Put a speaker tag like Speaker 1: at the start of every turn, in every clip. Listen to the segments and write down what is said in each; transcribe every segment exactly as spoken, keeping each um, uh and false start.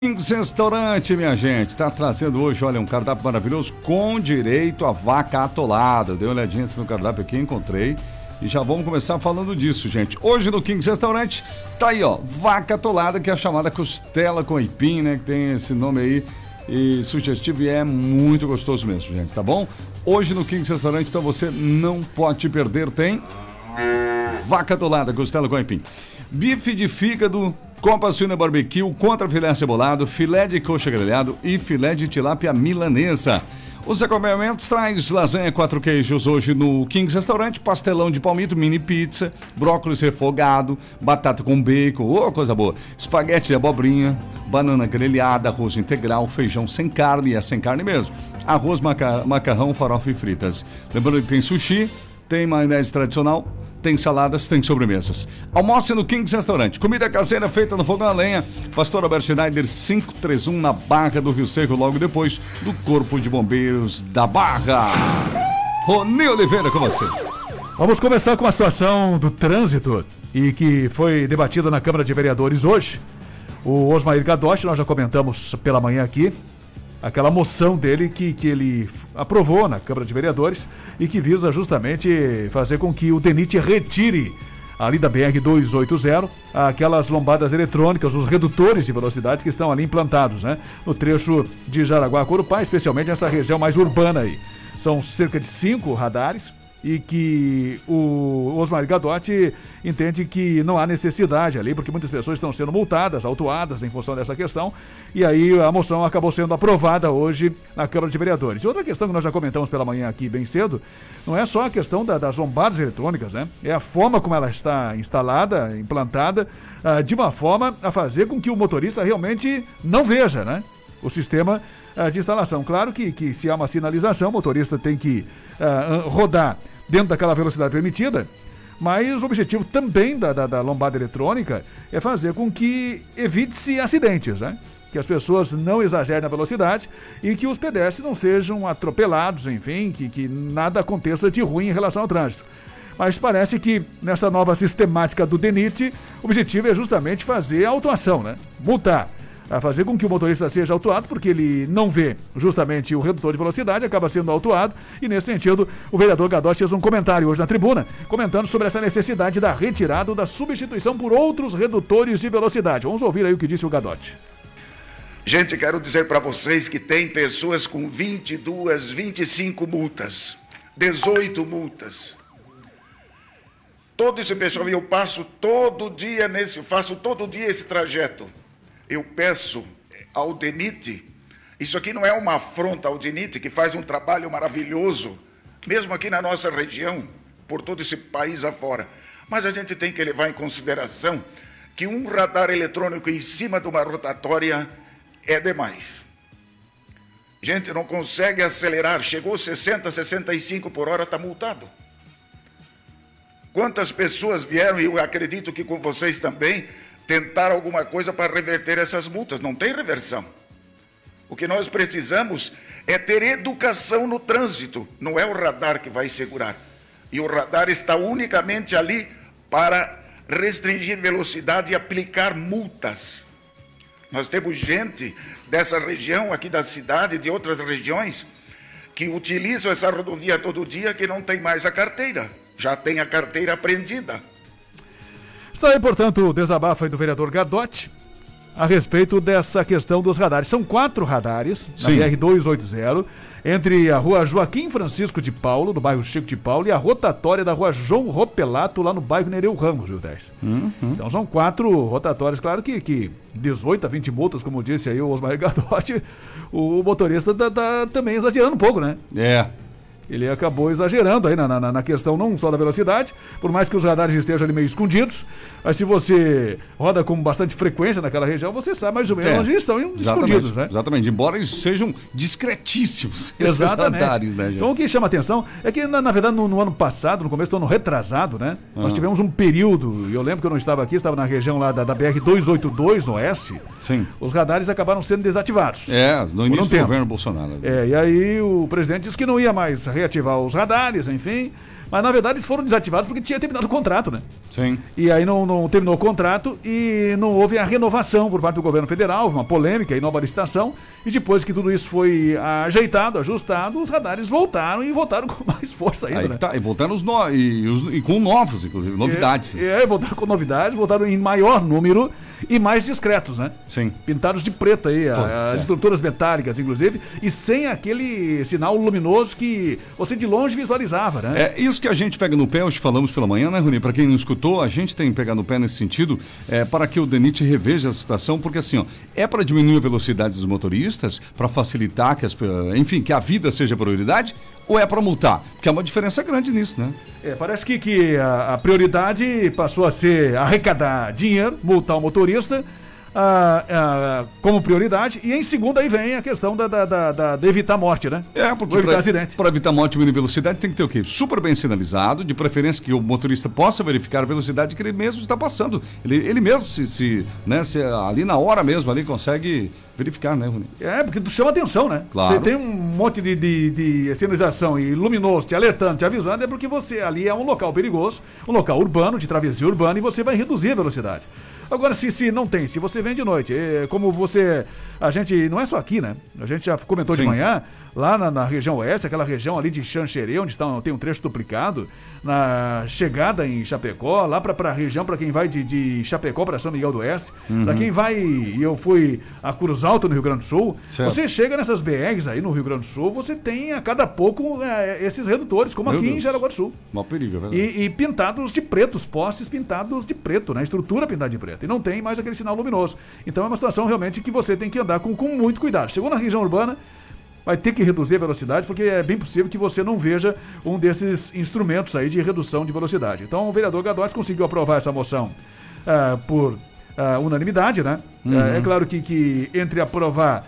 Speaker 1: Kings Restaurante, minha gente, está trazendo hoje, olha, um cardápio maravilhoso com direito a vaca atolada. Dei uma olhadinha no cardápio aqui, encontrei e já vamos começar falando disso, gente. Hoje no Kings Restaurante tá aí, ó, vaca atolada, que é a chamada costela com aipim, né, que tem esse nome aí e sugestivo e é muito gostoso mesmo, gente, tá bom? Hoje no Kings Restaurante, então você não pode perder, tem vaca atolada, costela com aipim. Bife de fígado com passinha barbecue, contra filé cebolado, filé de coxa grelhado e filé de tilápia milanesa. Os acompanhamentos traz lasanha quatro queijos hoje no Kings Restaurante, pastelão de palmito, mini pizza, brócolis refogado, batata com bacon, oh, coisa boa, espaguete de abobrinha, banana grelhada, arroz integral, feijão sem carne, é sem carne mesmo, arroz, maca- macarrão, farofa e fritas. Lembrando que tem sushi, tem maionese tradicional, tem saladas, tem sobremesas. Almoce no Kings Restaurante. Comida caseira feita no fogão a lenha. Pastor Albert Schneider quinhentos e trinta e um na Barra do Rio Seco, logo depois do Corpo de Bombeiros da Barra. Rony Oliveira, com você.
Speaker 2: Vamos começar com a situação do trânsito e que foi debatida na Câmara de Vereadores hoje. O Osmair Gadotti, nós já comentamos pela manhã aqui, aquela moção dele que, que ele aprovou na Câmara de Vereadores e que visa justamente fazer com que o DENIT retire ali da B R duzentos e oitenta aquelas lombadas eletrônicas, os redutores de velocidade que estão ali implantados, né? No trecho de Jaraguá a Corupá, especialmente nessa região mais urbana aí. São cerca de cinco radares e que o Osmar Gadotti entende que não há necessidade ali, porque muitas pessoas estão sendo multadas, autuadas em função dessa questão, e aí a moção acabou sendo aprovada hoje na Câmara de Vereadores. E outra questão que nós já comentamos pela manhã aqui bem cedo, não é só a questão da, das lombadas eletrônicas, né? É a forma como ela está instalada, implantada, ah, de uma forma a fazer com que o motorista realmente não veja, né, o sistema ah, de instalação. Claro que, que se há uma sinalização, o motorista tem que ah, rodar dentro daquela velocidade permitida, mas o objetivo também da, da, da lombada eletrônica é fazer com que evite-se acidentes, né? Que as pessoas não exagerem na velocidade e que os pedestres não sejam atropelados, enfim, que, que nada aconteça de ruim em relação ao trânsito. Mas parece que nessa nova sistemática do DENIT, o objetivo é justamente fazer a autuação, né? Multar. A fazer com que o motorista seja autuado, porque ele não vê justamente o redutor de velocidade, acaba sendo autuado, e nesse sentido o vereador Gadotti fez um comentário hoje na tribuna, comentando sobre essa necessidade da retirada ou da substituição por outros redutores de velocidade. Vamos ouvir aí o que disse o Gadotti.
Speaker 3: Gente, quero dizer para vocês que tem pessoas com vinte e duas, vinte e cinco multas, dezoito multas. Todo esse pessoal, eu passo todo dia nesse, faço todo dia esse trajeto. Eu peço ao DENIT, isso aqui não é uma afronta ao DENIT, que faz um trabalho maravilhoso, mesmo aqui na nossa região, por todo esse país afora. Mas a gente tem que levar em consideração que um radar eletrônico em cima de uma rotatória é demais. Gente, não consegue acelerar, chegou sessenta, sessenta e cinco por hora, está multado. Quantas pessoas vieram, e eu acredito que com vocês também, tentar alguma coisa para reverter essas multas? Não tem reversão. O que nós precisamos é ter educação no trânsito, não é o radar que vai segurar. E o radar está unicamente ali para restringir velocidade e aplicar multas. Nós temos gente dessa região aqui da cidade, de outras regiões, que utilizam essa rodovia todo dia, que não tem mais a carteira, já tem a carteira apreendida.
Speaker 2: Está aí, portanto, o desabafo aí do vereador Gadotti a respeito dessa questão dos radares. São quatro radares na
Speaker 1: Sim.
Speaker 2: B R duzentos e oitenta, entre a rua Joaquim Francisco de Paulo, no bairro Chico de Paulo, e a rotatória da rua João Ropelato, lá no bairro Nereu Ramos, Rio dez. Uhum. Então são quatro rotatórias. Claro que, que dezoito a vinte multas, como disse aí o Osmar Gadotti, o motorista tá, tá também exagerando um pouco, né?
Speaker 1: É.
Speaker 2: Ele acabou exagerando aí na, na, na questão não só da velocidade, por mais que os radares estejam ali meio escondidos, mas se você roda com bastante frequência naquela região, você sabe mais ou menos é, onde estão escondidos, né?
Speaker 1: Exatamente, embora eles sejam discretíssimos, esses
Speaker 2: exatamente.
Speaker 1: Radares, né, gente?
Speaker 2: Então o que chama atenção é que, na, na verdade, no, no ano passado, no começo do ano retrasado, né? Uhum. Nós tivemos um período, e eu lembro que eu não estava aqui, estava na região lá da, da B R duzentos e oitenta e dois, no Oeste.
Speaker 1: Sim.
Speaker 2: Os radares acabaram sendo desativados.
Speaker 1: É, no início
Speaker 2: um
Speaker 1: do governo Bolsonaro.
Speaker 2: É, e aí o presidente disse que não ia mais reativar os radares, enfim. Mas, na verdade, eles foram desativados porque tinha terminado o contrato, né?
Speaker 1: Sim.
Speaker 2: E aí não, não terminou o contrato e não houve a renovação por parte do governo federal, uma polêmica e nova licitação. E depois que tudo isso foi ajeitado, ajustado, os radares voltaram e voltaram com mais força ainda,
Speaker 1: Aí
Speaker 2: né?
Speaker 1: tá, e voltaram os no... e, os... e com novos, inclusive, novidades.
Speaker 2: É, é, voltaram com novidades, voltaram em maior número e mais discretos, né?
Speaker 1: Sim.
Speaker 2: Pintados de preto aí, a, as
Speaker 1: é.
Speaker 2: estruturas metálicas, inclusive, e sem aquele sinal luminoso que você de longe visualizava, né?
Speaker 1: É isso que a gente pega no pé, hoje falamos pela manhã, né, Rony? Para quem não escutou, a gente tem que pegar no pé nesse sentido, é, para que o DENIT reveja a situação, porque assim, ó, é para diminuir a velocidade dos motoristas, para facilitar que as, enfim, que a vida seja prioridade, ou é para multar? Porque há uma diferença grande nisso, né?
Speaker 2: É, parece que, que a, a prioridade passou a ser arrecadar dinheiro, multar o motorista, ah, ah, como prioridade, e em segunda aí vem a questão da, da, da, da de evitar morte, né?
Speaker 1: É, porque para evitar morte e velocidade tem que ter o quê? Super bem sinalizado, de preferência que o motorista possa verificar a velocidade que ele mesmo está passando. Ele, ele mesmo se, se, né, se ali na hora mesmo ali consegue verificar, né, Rony?
Speaker 2: É, porque tu chama atenção, né?
Speaker 1: Claro.
Speaker 2: Você tem um monte de, de, de sinalização e luminoso te alertando, te avisando, é porque você ali é um local perigoso, um local urbano, de travessia urbana, e você vai reduzir a velocidade. Agora, se, se não tem, se você vem de noite, é, como você, a gente, não é só aqui, né? A gente já comentou Sim. de manhã, lá na, na região oeste, aquela região ali de Xanxerê, onde está, tem um trecho duplicado, na chegada em Chapecó, lá para a região, para quem vai de, de Chapecó para São Miguel do Oeste, uhum. para quem vai, e eu fui a Cruz Alta no Rio Grande do Sul, certo. Você chega nessas B Rs aí no Rio Grande do Sul, você tem a cada pouco é, esses redutores, como Meu aqui Deus. Em Jaraguá do Sul.
Speaker 1: Mal perigo, é verdade.
Speaker 2: E, e pintados de preto, os postes pintados de preto, né? Estrutura pintada de preto. E não tem mais aquele sinal luminoso. Então é uma situação realmente que você tem que andar com, com muito cuidado. Chegou na região urbana, vai ter que reduzir a velocidade, porque é bem possível que você não veja um desses instrumentos aí de redução de velocidade. Então o vereador Gadotti conseguiu aprovar essa moção uh, por uh, unanimidade, né? Uhum. Uh, é claro que, que entre aprovar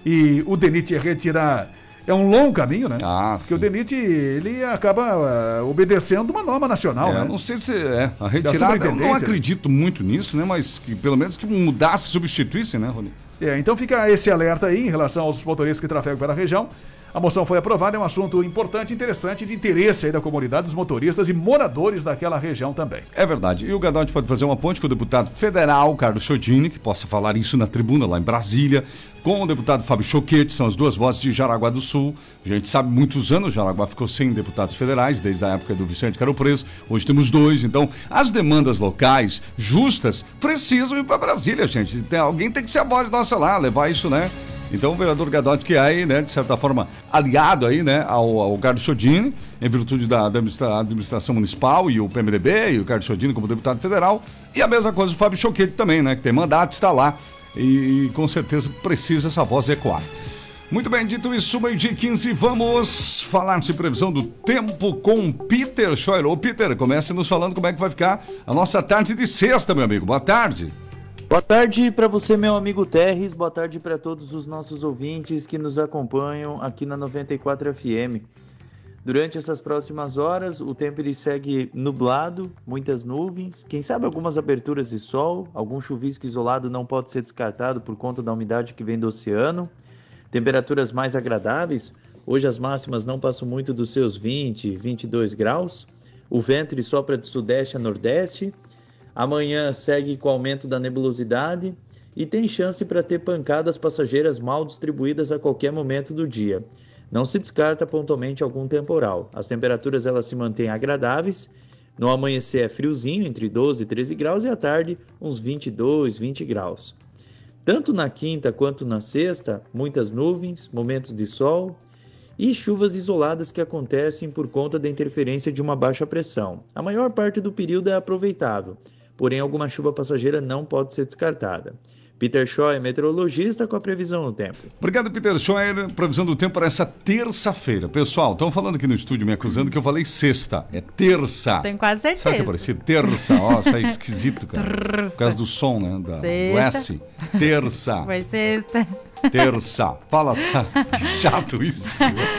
Speaker 2: e o DENIT retirar é um longo caminho, né?
Speaker 1: Ah,
Speaker 2: porque sim. o DENIT, ele acaba uh, obedecendo uma norma nacional,
Speaker 1: é,
Speaker 2: né?
Speaker 1: Não sei se é a retirada, eu não acredito muito nisso, né? Mas que pelo menos que mudasse, substituísse, né, Rony?
Speaker 2: É, então fica esse alerta aí em relação aos motoristas que trafegam pela região. A moção foi aprovada, é um assunto importante, interessante, de interesse aí da comunidade, dos motoristas e moradores daquela região também.
Speaker 1: É verdade. E o Gadotti pode fazer uma ponte com o deputado federal Carlos Chodini, que possa falar isso na tribuna lá em Brasília, com o deputado Fábio Choquete, são as duas vozes de Jaraguá do Sul. A gente sabe, muitos anos Jaraguá ficou sem deputados federais, desde a época do Vicente Caro Preso. Hoje temos dois. Então, as demandas locais justas precisam ir para Brasília, gente. Tem, alguém tem que ser a voz nossa lá, levar isso, né? Então o vereador Gadotti, que é aí, né, de certa forma, aliado aí, né, ao, ao Carlos Chodini, em virtude da, da administração municipal e o P M D B e o Carlos Chodini como deputado federal, e a mesma coisa o Fábio Choquete também, né, que tem mandato, está lá e, e com certeza precisa essa voz ecoar. Muito bem, dito isso, meio-dia e quinze, vamos falar de previsão do tempo com Peter Scheuer. Ô Peter, comece nos falando como é que vai ficar a nossa tarde de sexta, meu amigo. Boa tarde.
Speaker 4: Boa tarde para você, meu amigo Terres, boa tarde para todos os nossos ouvintes que nos acompanham aqui na noventa e quatro F M. Durante essas próximas horas, o tempo ele segue nublado, muitas nuvens, quem sabe algumas aberturas de sol, algum chuvisco isolado não pode ser descartado por conta da umidade que vem do oceano. Temperaturas mais agradáveis, hoje as máximas não passam muito dos seus vinte, vinte e dois graus, o vento ele sopra de sudeste a nordeste. Amanhã segue com o aumento da nebulosidade e tem chance para ter pancadas passageiras mal distribuídas a qualquer momento do dia. Não se descarta pontualmente algum temporal. As temperaturas elas se mantêm agradáveis. No amanhecer é friozinho, entre doze e treze graus, e à tarde uns vinte e dois, vinte graus. Tanto na quinta quanto na sexta, muitas nuvens, momentos de sol e chuvas isoladas que acontecem por conta da interferência de uma baixa pressão. A maior parte do período é aproveitável, porém alguma chuva passageira não pode ser descartada. Peter Scheuer, meteorologista, com a previsão do tempo.
Speaker 1: Obrigado, Peter Scheuer. Previsão do tempo para essa terça-feira. Pessoal, estão falando aqui no estúdio, me acusando que eu falei sexta. É terça.
Speaker 5: Tenho quase certeza.
Speaker 1: Sabe que eu pareci? Terça. Ó, isso aí é esquisito, cara. Por causa do som, né? Da, do S. Terça.
Speaker 5: Foi sexta.
Speaker 1: Terça. Fala, tá chato isso.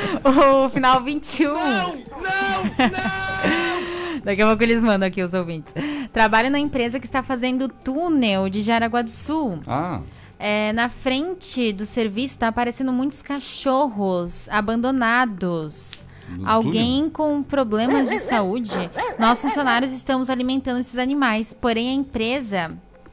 Speaker 5: O final vinte e um. Não, não, não! Daqui a pouco eles mandam aqui os ouvintes. Trabalho na empresa que está fazendo túnel de Jaraguá do Sul.
Speaker 1: Ah.
Speaker 5: É, na frente do serviço está aparecendo muitos cachorros abandonados. Alguém com problemas de saúde? Nós, funcionários, estamos alimentando esses animais, porém a empresa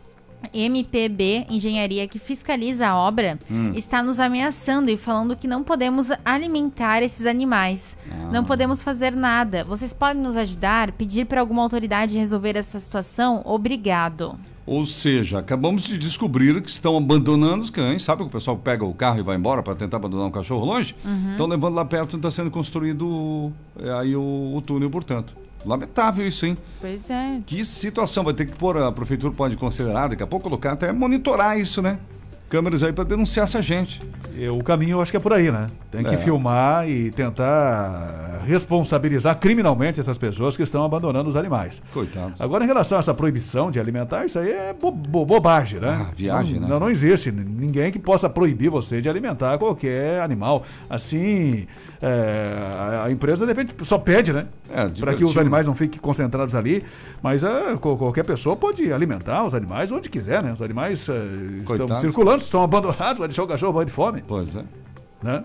Speaker 5: M P B Engenharia, que fiscaliza a obra, hum. está nos ameaçando e falando que não podemos alimentar esses animais. Ah. Não podemos fazer nada. Vocês podem nos ajudar? Pedir para alguma autoridade resolver essa situação? Obrigado.
Speaker 1: Ou seja, acabamos de descobrir que estão abandonando os cães. Sabe que o pessoal pega o carro e vai embora para tentar abandonar um cachorro longe? Uhum. Estão levando lá perto e está sendo construído aí o, o túnel, portanto. Lamentável isso, hein?
Speaker 5: Pois é.
Speaker 1: Que situação, vai ter que pôr, a prefeitura pode considerar, daqui a pouco colocar, até monitorar isso, né? Câmeras aí para denunciar essa gente.
Speaker 2: E o caminho eu acho que é por aí, né? Tem que é. filmar e tentar responsabilizar criminalmente essas pessoas que estão abandonando os animais.
Speaker 1: Coitados.
Speaker 2: Agora, em relação a essa proibição de alimentar, isso aí é bo bo bobagem, né?
Speaker 1: Ah, viagem,
Speaker 2: não,
Speaker 1: né?
Speaker 2: Não, não existe ninguém que possa proibir você de alimentar qualquer animal. Assim, é, a, a empresa, de repente, só pede, né? É, para que os animais não fiquem concentrados ali. Mas é, qualquer pessoa pode alimentar os animais onde quiser, né? Os animais é, estão circulando, estão abandonados, vai deixar o cachorro morrer de fome.
Speaker 1: Pois é.
Speaker 2: Né?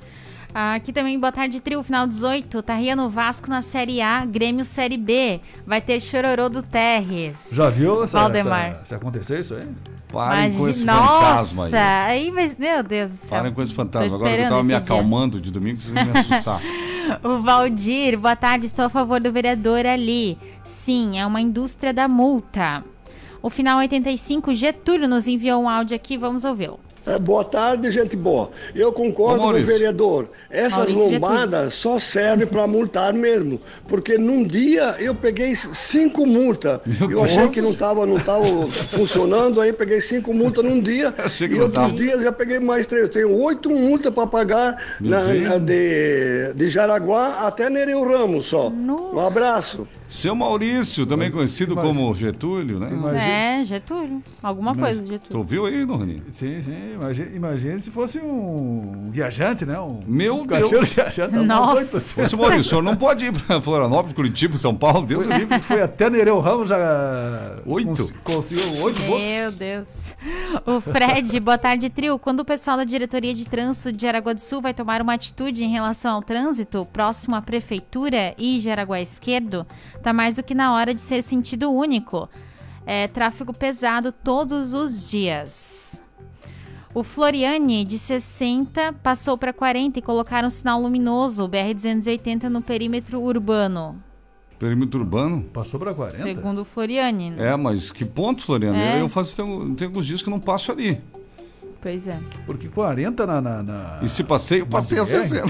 Speaker 5: Aqui também, boa tarde, trio, final dezoito, Tarria no Vasco na Série A, Grêmio Série B, vai ter chororô do Terres.
Speaker 2: Já viu essa,
Speaker 5: Valdemar.
Speaker 2: Essa, se acontecer isso aí?
Speaker 1: Parem
Speaker 5: Imagina,
Speaker 1: com esse
Speaker 5: nossa,
Speaker 1: fantasma aí.
Speaker 5: aí vai, meu Deus do céu.
Speaker 1: Parem com esse fantasma, agora que eu tava me acalmando dia. de domingo, vocês vão me assustar.
Speaker 5: O Valdir, boa tarde, estou a favor do vereador ali. Sim, é uma indústria da multa. O final oitenta e cinco, Getúlio nos enviou um áudio aqui, vamos ouvi-lo.
Speaker 6: É, boa tarde, gente boa. Eu concordo com o vereador. Essas
Speaker 5: Maurício
Speaker 6: lombadas só servem para multar mesmo. Porque num dia eu peguei cinco multas. Eu Deus. achei que não estava não tava funcionando, aí peguei cinco multas num dia. E outros tava. dias já peguei mais três. Eu tenho oito multas para pagar na, na, de, de Jaraguá até Nereu Ramos só. Nossa. Um abraço.
Speaker 1: Seu Maurício, também conhecido Imagina. como Getúlio, né?
Speaker 5: Imagina. É, Getúlio. Alguma Imagina. coisa, Getúlio.
Speaker 1: Tu ouviu aí, Norni?
Speaker 2: Sim, sim. Imagina, imagina se fosse um viajante, né? Um
Speaker 1: Meu Deus.
Speaker 2: Viajante,
Speaker 5: Nossa.
Speaker 1: Seu Maurício, o senhor não pode ir para Florianópolis, Curitiba, São Paulo, Deus
Speaker 2: foi,
Speaker 1: livre.
Speaker 2: Foi até Nereu Ramos já...
Speaker 1: Oito?
Speaker 2: Conseguiu oito
Speaker 5: votos. Meu Deus. O Fred, boa tarde, trio. Quando o pessoal da Diretoria de Trânsito de Jaraguá do Sul vai tomar uma atitude em relação ao trânsito próximo à Prefeitura e Jaraguá Esquerdo, tá mais do que na hora de ser sentido único. É tráfego pesado todos os dias. O Floriane, de sessenta, passou para quarenta e colocaram um sinal luminoso, B R duzentos e oitenta, no perímetro urbano.
Speaker 1: Perímetro urbano?
Speaker 2: Passou para quarenta?
Speaker 5: Segundo o Floriane. Né?
Speaker 1: É, mas que ponto, Floriane? É. Eu, eu faço, tem, tem alguns dias que eu não passo ali.
Speaker 5: Pois é.
Speaker 2: Porque quarenta na... na, na
Speaker 1: e se passei, eu passei a sessenta.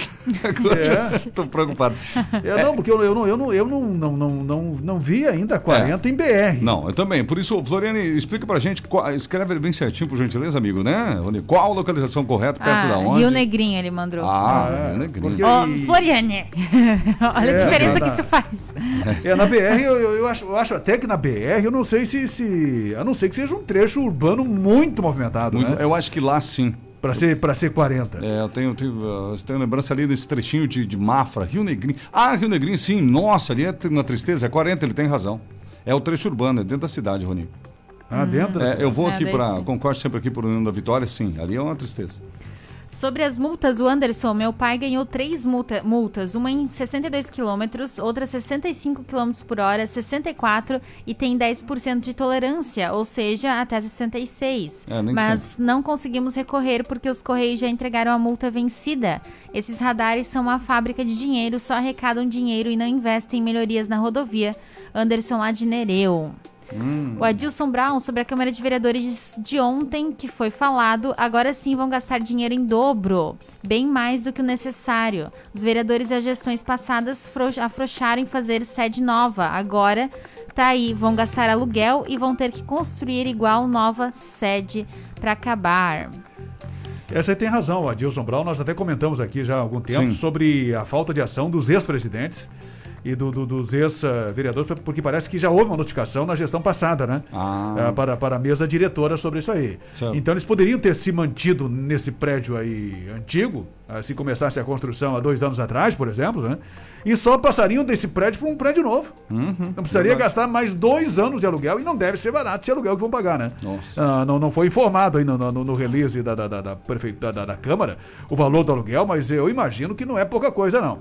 Speaker 2: É.
Speaker 1: Tô preocupado.
Speaker 2: É, não, porque eu, eu, não, eu, não, eu não, não, não, não, não vi ainda quarenta é. em B R.
Speaker 1: Não, eu também. Por isso, Floriane, explica pra gente, qual, escreve bem certinho, por gentileza, amigo, né? Qual a localização correta, perto
Speaker 5: ah,
Speaker 1: da onde?
Speaker 5: Rio Negrinho ele mandou.
Speaker 1: Ah, ah Rio Negrinho.
Speaker 5: Ó, oh, Floriane. Olha é, a diferença na, que isso faz.
Speaker 2: É, na B R, eu, eu, eu, acho, eu acho até que na B R, eu não sei se, se... A não ser que seja um trecho urbano muito movimentado, muito, né?
Speaker 1: Eu acho que lá sim.
Speaker 2: Pra ser, pra ser quarenta.
Speaker 1: É, eu tenho, tenho, eu tenho lembrança ali desse trechinho de, de Mafra, Rio Negrinho. Ah, Rio Negrinho, sim. Nossa, ali é na tristeza, é quarenta, ele tem razão. É o trecho urbano, é dentro da cidade, Rony.
Speaker 2: Ah, dentro da
Speaker 1: é,
Speaker 2: cidade.
Speaker 1: Eu vou aqui para, concordo sempre aqui por União da Vitória, sim. Ali é uma tristeza.
Speaker 5: Sobre as multas, o Anderson, meu pai ganhou três multa, multas, uma em sessenta e dois quilômetros, outra sessenta e cinco quilômetros por hora, sessenta e quatro e tem dez por cento de tolerância, ou seja, até sessenta e seis.
Speaker 1: É, nem
Speaker 5: Mas
Speaker 1: sempre.
Speaker 5: não conseguimos recorrer porque os Correios já entregaram a multa vencida. Esses radares são uma fábrica de dinheiro, só arrecadam dinheiro e não investem em melhorias na rodovia. Anderson lá de Nereu. Hum. O Adilson Brown, sobre a Câmara de Vereadores de ontem, que foi falado, agora sim vão gastar dinheiro em dobro, bem mais do que o necessário. Os vereadores das gestões passadas afrouxaram em fazer sede nova, agora tá aí, vão gastar aluguel e vão ter que construir igual nova sede para acabar.
Speaker 2: Essa aí tem razão, o Adilson Brown, nós até comentamos aqui já há algum tempo sim. sobre a falta de ação dos ex-presidentes e do, do, dos ex-vereadores, porque parece que já houve uma notificação na gestão passada, né? Ah. Para, para a mesa diretora sobre isso aí. Certo. Então eles poderiam ter se mantido nesse prédio aí antigo, se começasse a construção há dois anos atrás, por exemplo, né? E só passariam desse prédio para um prédio novo. Uhum, não precisaria verdade. gastar mais dois anos de aluguel e não deve ser barato esse aluguel que vão pagar, né? Ah, não, não foi informado aí no, no, no release da, da, da, da, da, da Câmara o valor do aluguel, mas eu imagino que não é pouca coisa, não.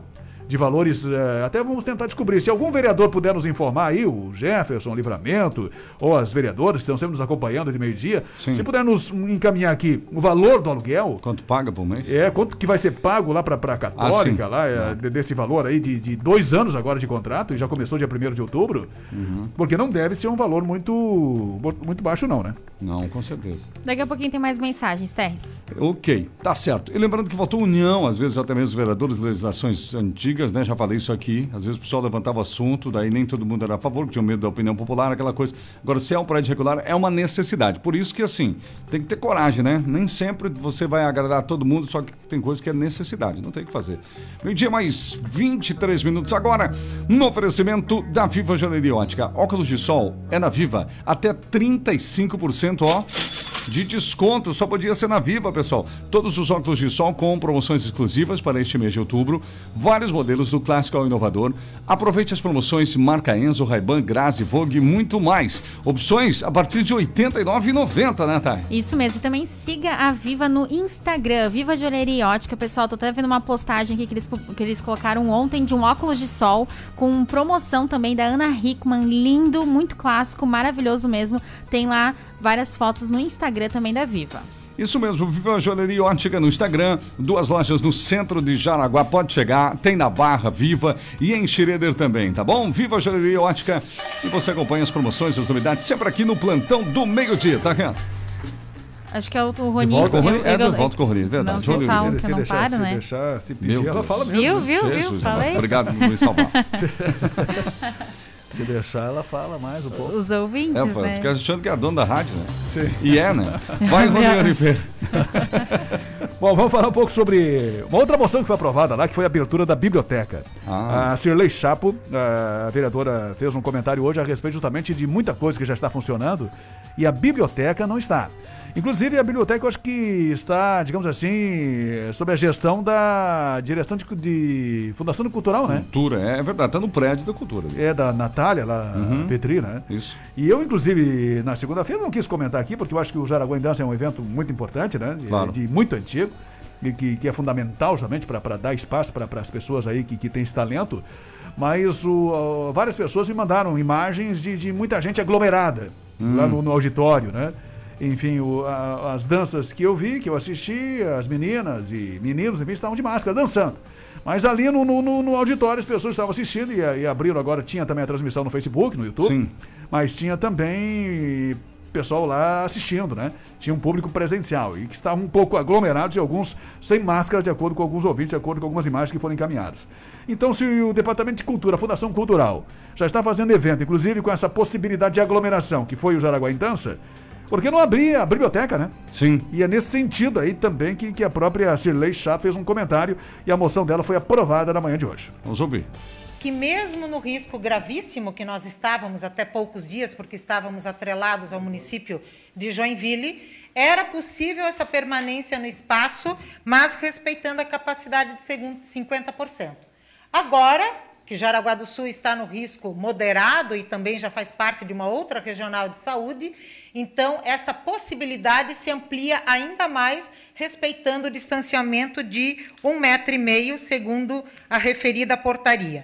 Speaker 2: de valores, é, até vamos tentar descobrir. Se algum vereador puder nos informar aí, o Jefferson Livramento, ou as vereadoras que estão sempre nos acompanhando de meio-dia, se puder nos encaminhar aqui o valor do aluguel.
Speaker 1: Quanto paga por mês?
Speaker 2: É, quanto que vai ser pago lá para a Católica, ah, lá, é, desse valor aí de, de dois anos agora de contrato, e já começou dia primeiro de outubro, uhum. porque não deve ser um valor muito, muito baixo não, né?
Speaker 1: Não, com certeza.
Speaker 5: Daqui a pouquinho tem mais mensagens, Terres.
Speaker 1: Ok, tá certo. E lembrando que faltou união, às vezes até mesmo os vereadores, legislações antigas, né? Já falei isso aqui, às vezes o pessoal levantava o assunto, daí nem todo mundo era a favor, tinha medo da opinião popular, aquela coisa. Agora, se é um prédio regular, é uma necessidade. Por isso que, assim, tem que ter coragem, né? Nem sempre você vai agradar todo mundo, só que tem coisa que é necessidade, não tem o que fazer. Meio-dia mais vinte e três minutos agora, no oferecimento da Viva Joalheria Ótica. Óculos de sol é na Viva, até trinta e cinco por cento, ó, de desconto, só podia ser na Viva, pessoal. Todos os óculos de sol com promoções exclusivas para este mês de outubro, vários modelos do clássico ao inovador. Aproveite as promoções marca Enzo, Ray-Ban, Grazi, Vogue e muito mais. Opções a partir de oitenta e nove reais e noventa centavos, né, Thay?
Speaker 5: Isso mesmo, e também siga a Viva no Instagram, Viva Joalheria Ótica. Pessoal, tô até vendo uma postagem aqui que eles, que eles colocaram ontem de um óculos de sol com promoção também da Ana Hickman, lindo, muito clássico, maravilhoso mesmo. Tem lá várias fotos no Instagram também da Viva.
Speaker 1: Isso mesmo, Viva Joalheria Ótica no Instagram, duas lojas no centro de Jaraguá, pode chegar, tem na Barra, Viva e em Schroeder também, tá bom? Viva Joalheria Ótica, e você acompanha as promoções, as novidades, sempre aqui no plantão do meio-dia, tá, Renato?
Speaker 5: Acho que é o, o Roninho.
Speaker 1: Volta com o Roninho, é do Volta com o Roninho, verdade.
Speaker 5: Não, vocês falam que eu não
Speaker 2: deixar,
Speaker 5: paro,
Speaker 2: se
Speaker 5: né?
Speaker 2: Deixar, se pedir, ela fala mesmo.
Speaker 5: Viu, viu,
Speaker 1: Jesus,
Speaker 5: viu? Falei.
Speaker 1: Obrigado por me salvar.
Speaker 2: Se deixar, ela fala mais um pouco.
Speaker 5: Os ouvintes,
Speaker 1: é,
Speaker 5: né?
Speaker 1: Fica achando que é a dona da rádio, né?
Speaker 2: Sim.
Speaker 1: E é, né? Vai, Roninho Oliveira.
Speaker 2: Bom, vamos falar um pouco sobre uma outra moção que foi aprovada lá, que foi a abertura da biblioteca. Ah. A Cirlei Chapo, a vereadora, fez um comentário hoje a respeito justamente de muita coisa que já está funcionando e a biblioteca não está. Inclusive, a biblioteca, eu acho que está, digamos assim, sob a gestão da direção de, de Fundação Cultural, né?
Speaker 1: Cultura, é verdade, está no prédio da Cultura.
Speaker 2: É da Natália, lá, uhum. Petri, né?
Speaker 1: Isso.
Speaker 2: E eu, inclusive, na segunda-feira não quis comentar aqui, porque eu acho que o Jaraguá em Dança é um evento muito importante, né?
Speaker 1: Claro.
Speaker 2: De, de muito antigo, e que, que é fundamental justamente para dar espaço para as pessoas aí que, que têm esse talento. Mas o, o, várias pessoas me mandaram imagens de, de muita gente aglomerada hum. lá no, no auditório, né? Enfim, o, a, as danças que eu vi, que eu assisti, as meninas e meninos, enfim, estavam de máscara, dançando. Mas ali no, no, no auditório as pessoas estavam assistindo e, e abriram agora, tinha também a transmissão no Facebook, no YouTube.
Speaker 1: Sim.
Speaker 2: Mas tinha também pessoal lá assistindo, né? Tinha um público presencial e que estavam um pouco aglomerados e alguns sem máscara, de acordo com alguns ouvintes, de acordo com algumas imagens que foram encaminhadas. Então, se o Departamento de Cultura, a Fundação Cultural, já está fazendo evento, inclusive com essa possibilidade de aglomeração, que foi o Jaraguá em Dança, por que não abrir a biblioteca, né?
Speaker 1: Sim.
Speaker 2: E é nesse sentido aí também que, que a própria Cirlei Chá fez um comentário e a moção dela foi aprovada na manhã de hoje.
Speaker 1: Vamos ouvir.
Speaker 7: Que mesmo no risco gravíssimo que nós estávamos até poucos dias, porque estávamos atrelados ao município de Joinville, era possível essa permanência no espaço, mas respeitando a capacidade de cinquenta por cento. Agora, que Jaraguá do Sul está no risco moderado e também já faz parte de uma outra regional de saúde, então essa possibilidade se amplia ainda mais, respeitando o distanciamento de um metro e meio, segundo a referida portaria.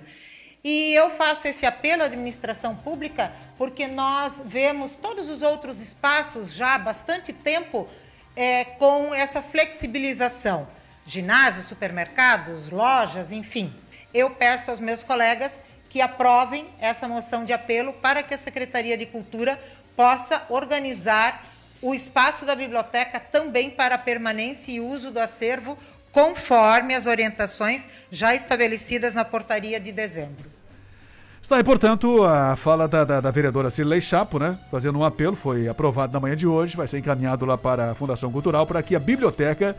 Speaker 7: E eu faço esse apelo à administração pública porque nós vemos todos os outros espaços já há bastante tempo é, com essa flexibilização. Ginásios, supermercados, lojas, enfim. Eu peço aos meus colegas que aprovem essa moção de apelo para que a Secretaria de Cultura possa organizar o espaço da biblioteca também para a permanência e uso do acervo, conforme as orientações já estabelecidas na portaria de dezembro.
Speaker 2: Está aí, portanto, a fala da, da, da vereadora Cirlei Chapo, né? Fazendo um apelo, foi aprovado na manhã de hoje, vai ser encaminhado lá para a Fundação Cultural para que a biblioteca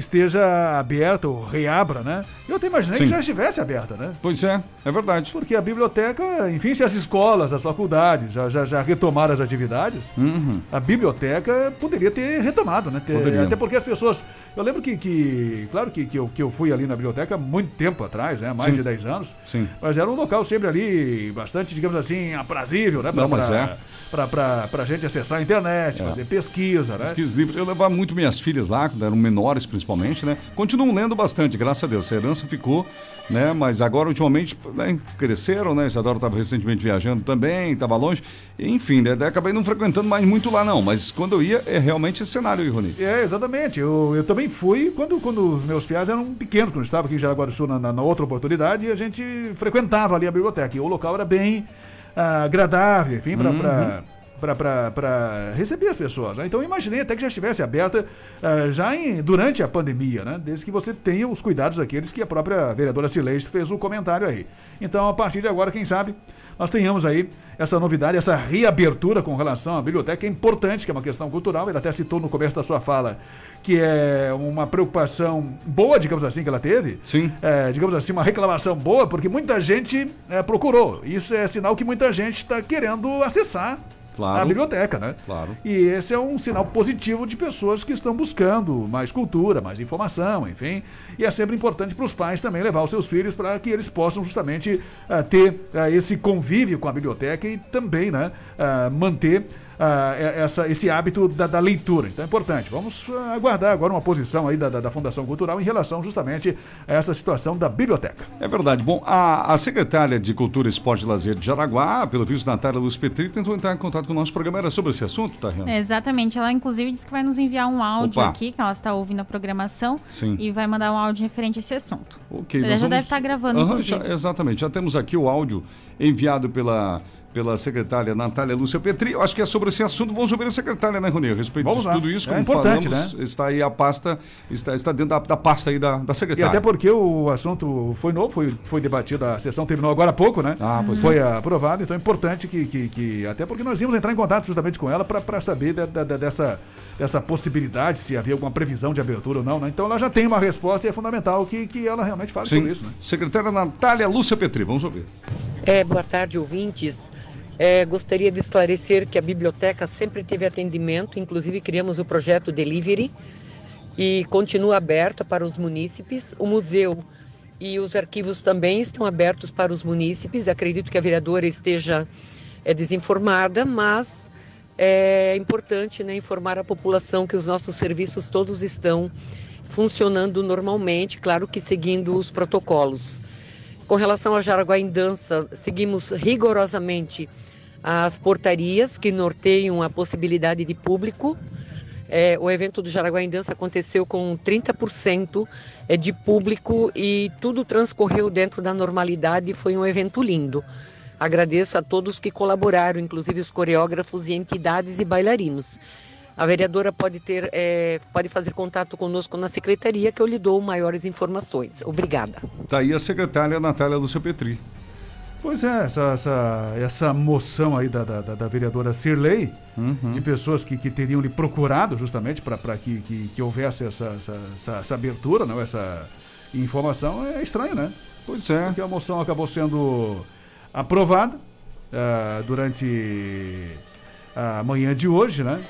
Speaker 2: esteja aberta, ou reabra, né? Eu até imaginei Sim. que já estivesse aberta, né?
Speaker 1: Pois é, é verdade.
Speaker 2: Porque a biblioteca, enfim, se as escolas, as faculdades já, já, já retomaram as atividades,
Speaker 1: uhum.
Speaker 2: a biblioteca poderia ter retomado, né? Ter, até porque as pessoas... Eu lembro que, que claro que, que, eu, que eu fui ali na biblioteca muito tempo atrás, né? Mais Sim. de dez anos.
Speaker 1: Sim.
Speaker 2: Mas era um local sempre ali bastante, digamos assim, aprazível, né? Pra,
Speaker 1: Não, mas
Speaker 2: pra,
Speaker 1: é.
Speaker 2: Pra, pra, pra gente acessar a internet, é. fazer pesquisa, né?
Speaker 1: Pesquisa livre. Eu levava muito minhas filhas lá, quando eram menores, principalmente, né? Continuam lendo bastante, graças a Deus. A herança ficou, né? Mas agora, ultimamente, né, cresceram, né? Isadora estava recentemente viajando também, estava longe. Enfim, né? Daí acabei não frequentando mais muito lá, não. Mas quando eu ia, é realmente esse cenário aí, Rony.
Speaker 2: É, exatamente. Eu, eu também fui quando, quando os meus piás eram pequenos, quando eu estava aqui em Jaraguá do Sul na, na, na outra oportunidade, e a gente frequentava ali a biblioteca. E o local era bem ah, agradável, enfim, para... Uhum. para receber as pessoas, né? Então eu imaginei até que já estivesse aberta uh, já em, durante a pandemia, né? Desde que você tenha os cuidados daqueles que a própria vereadora Cileide fez o comentário aí. Então, a partir de agora, quem sabe, nós tenhamos aí essa novidade, essa reabertura com relação à biblioteca, que é importante, que é uma questão cultural. Ele até citou no começo da sua fala que é uma preocupação boa, digamos assim, que ela teve.
Speaker 1: Sim.
Speaker 2: É, digamos assim, uma reclamação boa, porque muita gente é, procurou. Isso é sinal que muita gente está querendo acessar
Speaker 1: Claro.
Speaker 2: a biblioteca, né?
Speaker 1: Claro.
Speaker 2: E esse é um sinal positivo de pessoas que estão buscando mais cultura, mais informação, enfim. E é sempre importante para os pais também levar os seus filhos para que eles possam justamente uh, ter uh, esse convívio com a biblioteca e também, né, uh, manter Uh, essa, esse hábito da, da leitura. Então é importante. Vamos uh, aguardar agora uma posição aí da, da, da Fundação Cultural em relação justamente a essa situação da biblioteca.
Speaker 1: É verdade. Bom, a, a secretária de Cultura, Esporte e Lazer de Jaraguá, pelo visto Natália Luz Petri, tentou entrar em contato com o nosso programa. Era sobre esse assunto, tá, Riana?
Speaker 5: É, exatamente. Ela, inclusive, disse que vai nos enviar um áudio
Speaker 1: Opa.
Speaker 5: aqui, que ela está ouvindo a programação.
Speaker 1: Sim.
Speaker 5: E vai mandar um áudio referente a esse assunto.
Speaker 1: Ok.
Speaker 5: Ela já
Speaker 1: vamos...
Speaker 5: deve estar gravando,
Speaker 1: uhum,
Speaker 5: inclusive.
Speaker 1: já, exatamente. Já temos aqui o áudio enviado pela... pela secretária Natália Lúcia Petri. Eu acho que é sobre esse assunto. Vamos ouvir a secretária, né, Rony? A respeito
Speaker 2: Vamos
Speaker 1: de
Speaker 2: lá.
Speaker 1: tudo isso,
Speaker 2: é
Speaker 1: como
Speaker 2: importante,
Speaker 1: falamos,
Speaker 2: né?
Speaker 1: está aí a pasta, está, está dentro da, da pasta aí da, da
Speaker 2: E
Speaker 1: secretária.
Speaker 2: até porque o assunto foi novo, foi, foi debatido, a sessão terminou agora há pouco, né?
Speaker 1: Ah, pois
Speaker 2: foi
Speaker 1: é.
Speaker 2: aprovado, então é importante que, que, que... Até porque nós íamos entrar em contato justamente com ela para saber da, da, dessa, dessa possibilidade, se havia alguma previsão de abertura ou não, né? Então ela já tem uma resposta e é fundamental que, que ela realmente fale
Speaker 1: Sim.
Speaker 2: sobre isso, né?
Speaker 1: Secretária Natália Lúcia Petri, vamos ouvir.
Speaker 8: É, boa tarde, ouvintes. É, gostaria de esclarecer que a biblioteca sempre teve atendimento, inclusive criamos o projeto Delivery e continua aberta para os munícipes. O museu e os arquivos também estão abertos para os munícipes. Acredito que a vereadora esteja é, desinformada, mas é importante, né, informar a população que os nossos serviços todos estão funcionando normalmente, claro que seguindo os protocolos. Com relação a Jaraguá em Dança, seguimos rigorosamente as portarias que norteiam a possibilidade de público. É, o evento do Jaraguá em Dança aconteceu com trinta por cento de público e tudo transcorreu dentro da normalidade. Foi um evento lindo. Agradeço a todos que colaboraram, inclusive os coreógrafos e entidades e bailarinos. A vereadora pode ter, é, pode fazer contato conosco na secretaria que eu lhe dou maiores informações. Obrigada.
Speaker 1: Está aí a secretária Natália Lúcia Petri.
Speaker 2: Pois é, essa, essa, essa moção aí da, da, da vereadora Cirlei, uhum. de pessoas que, que teriam lhe procurado justamente para que, que, que houvesse essa, essa, essa, essa abertura, não, essa informação, é estranho, né?
Speaker 1: Pois é.
Speaker 2: Porque a moção acabou sendo aprovada uh, durante a manhã de hoje, né?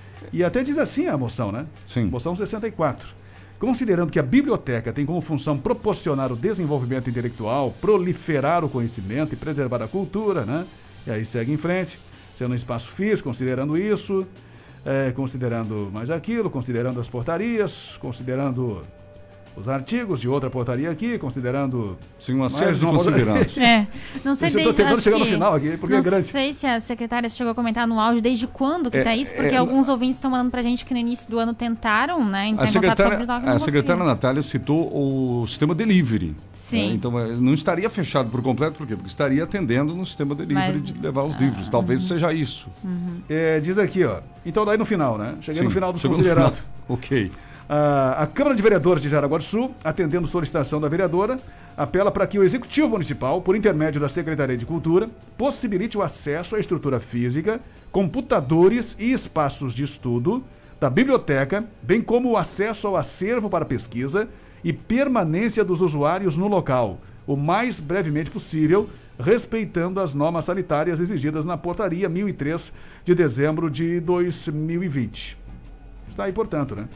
Speaker 2: E até diz assim a moção, né?
Speaker 1: Sim.
Speaker 2: Moção sessenta e quatro. Considerando que a biblioteca tem como função proporcionar o desenvolvimento intelectual, proliferar o conhecimento e preservar a cultura, né? E aí segue em frente, sendo um espaço físico, considerando isso, é, considerando mais aquilo, considerando as portarias, considerando os artigos de outra portaria aqui, considerando...
Speaker 1: Sim, uma série de considerados.
Speaker 5: É, não sei
Speaker 2: desde... Eu tô tentando chegar no final aqui, porque
Speaker 5: não
Speaker 2: é grande.
Speaker 5: Não sei se a secretária chegou a comentar no áudio desde quando que é, tá isso, porque
Speaker 1: é,
Speaker 5: alguns ouvintes estão mandando pra gente que no início do ano tentaram, né, entrar
Speaker 1: a secretária,
Speaker 5: em contato com
Speaker 1: a secretária Natália citou o sistema delivery.
Speaker 5: Sim.
Speaker 1: Né? Então, não estaria fechado por completo, por quê? Porque estaria atendendo no sistema delivery Mas, de levar os ah, livros. Talvez uhum. seja isso.
Speaker 5: Uhum.
Speaker 2: É, diz aqui, ó. Então, daí no final, né? Cheguei
Speaker 1: Sim,
Speaker 2: no final dos considerados.
Speaker 1: Ok.
Speaker 2: A, a Câmara de Vereadores de Jaraguá do Sul, atendendo solicitação da vereadora, apela para que o Executivo Municipal, por intermédio da Secretaria de Cultura, possibilite o acesso à estrutura física, computadores e espaços de estudo da biblioteca, bem como o acesso ao acervo para pesquisa e permanência dos usuários no local, o mais brevemente possível, respeitando as normas sanitárias exigidas na Portaria mil e três de dezembro de dois mil e vinte. Está aí, portanto, né?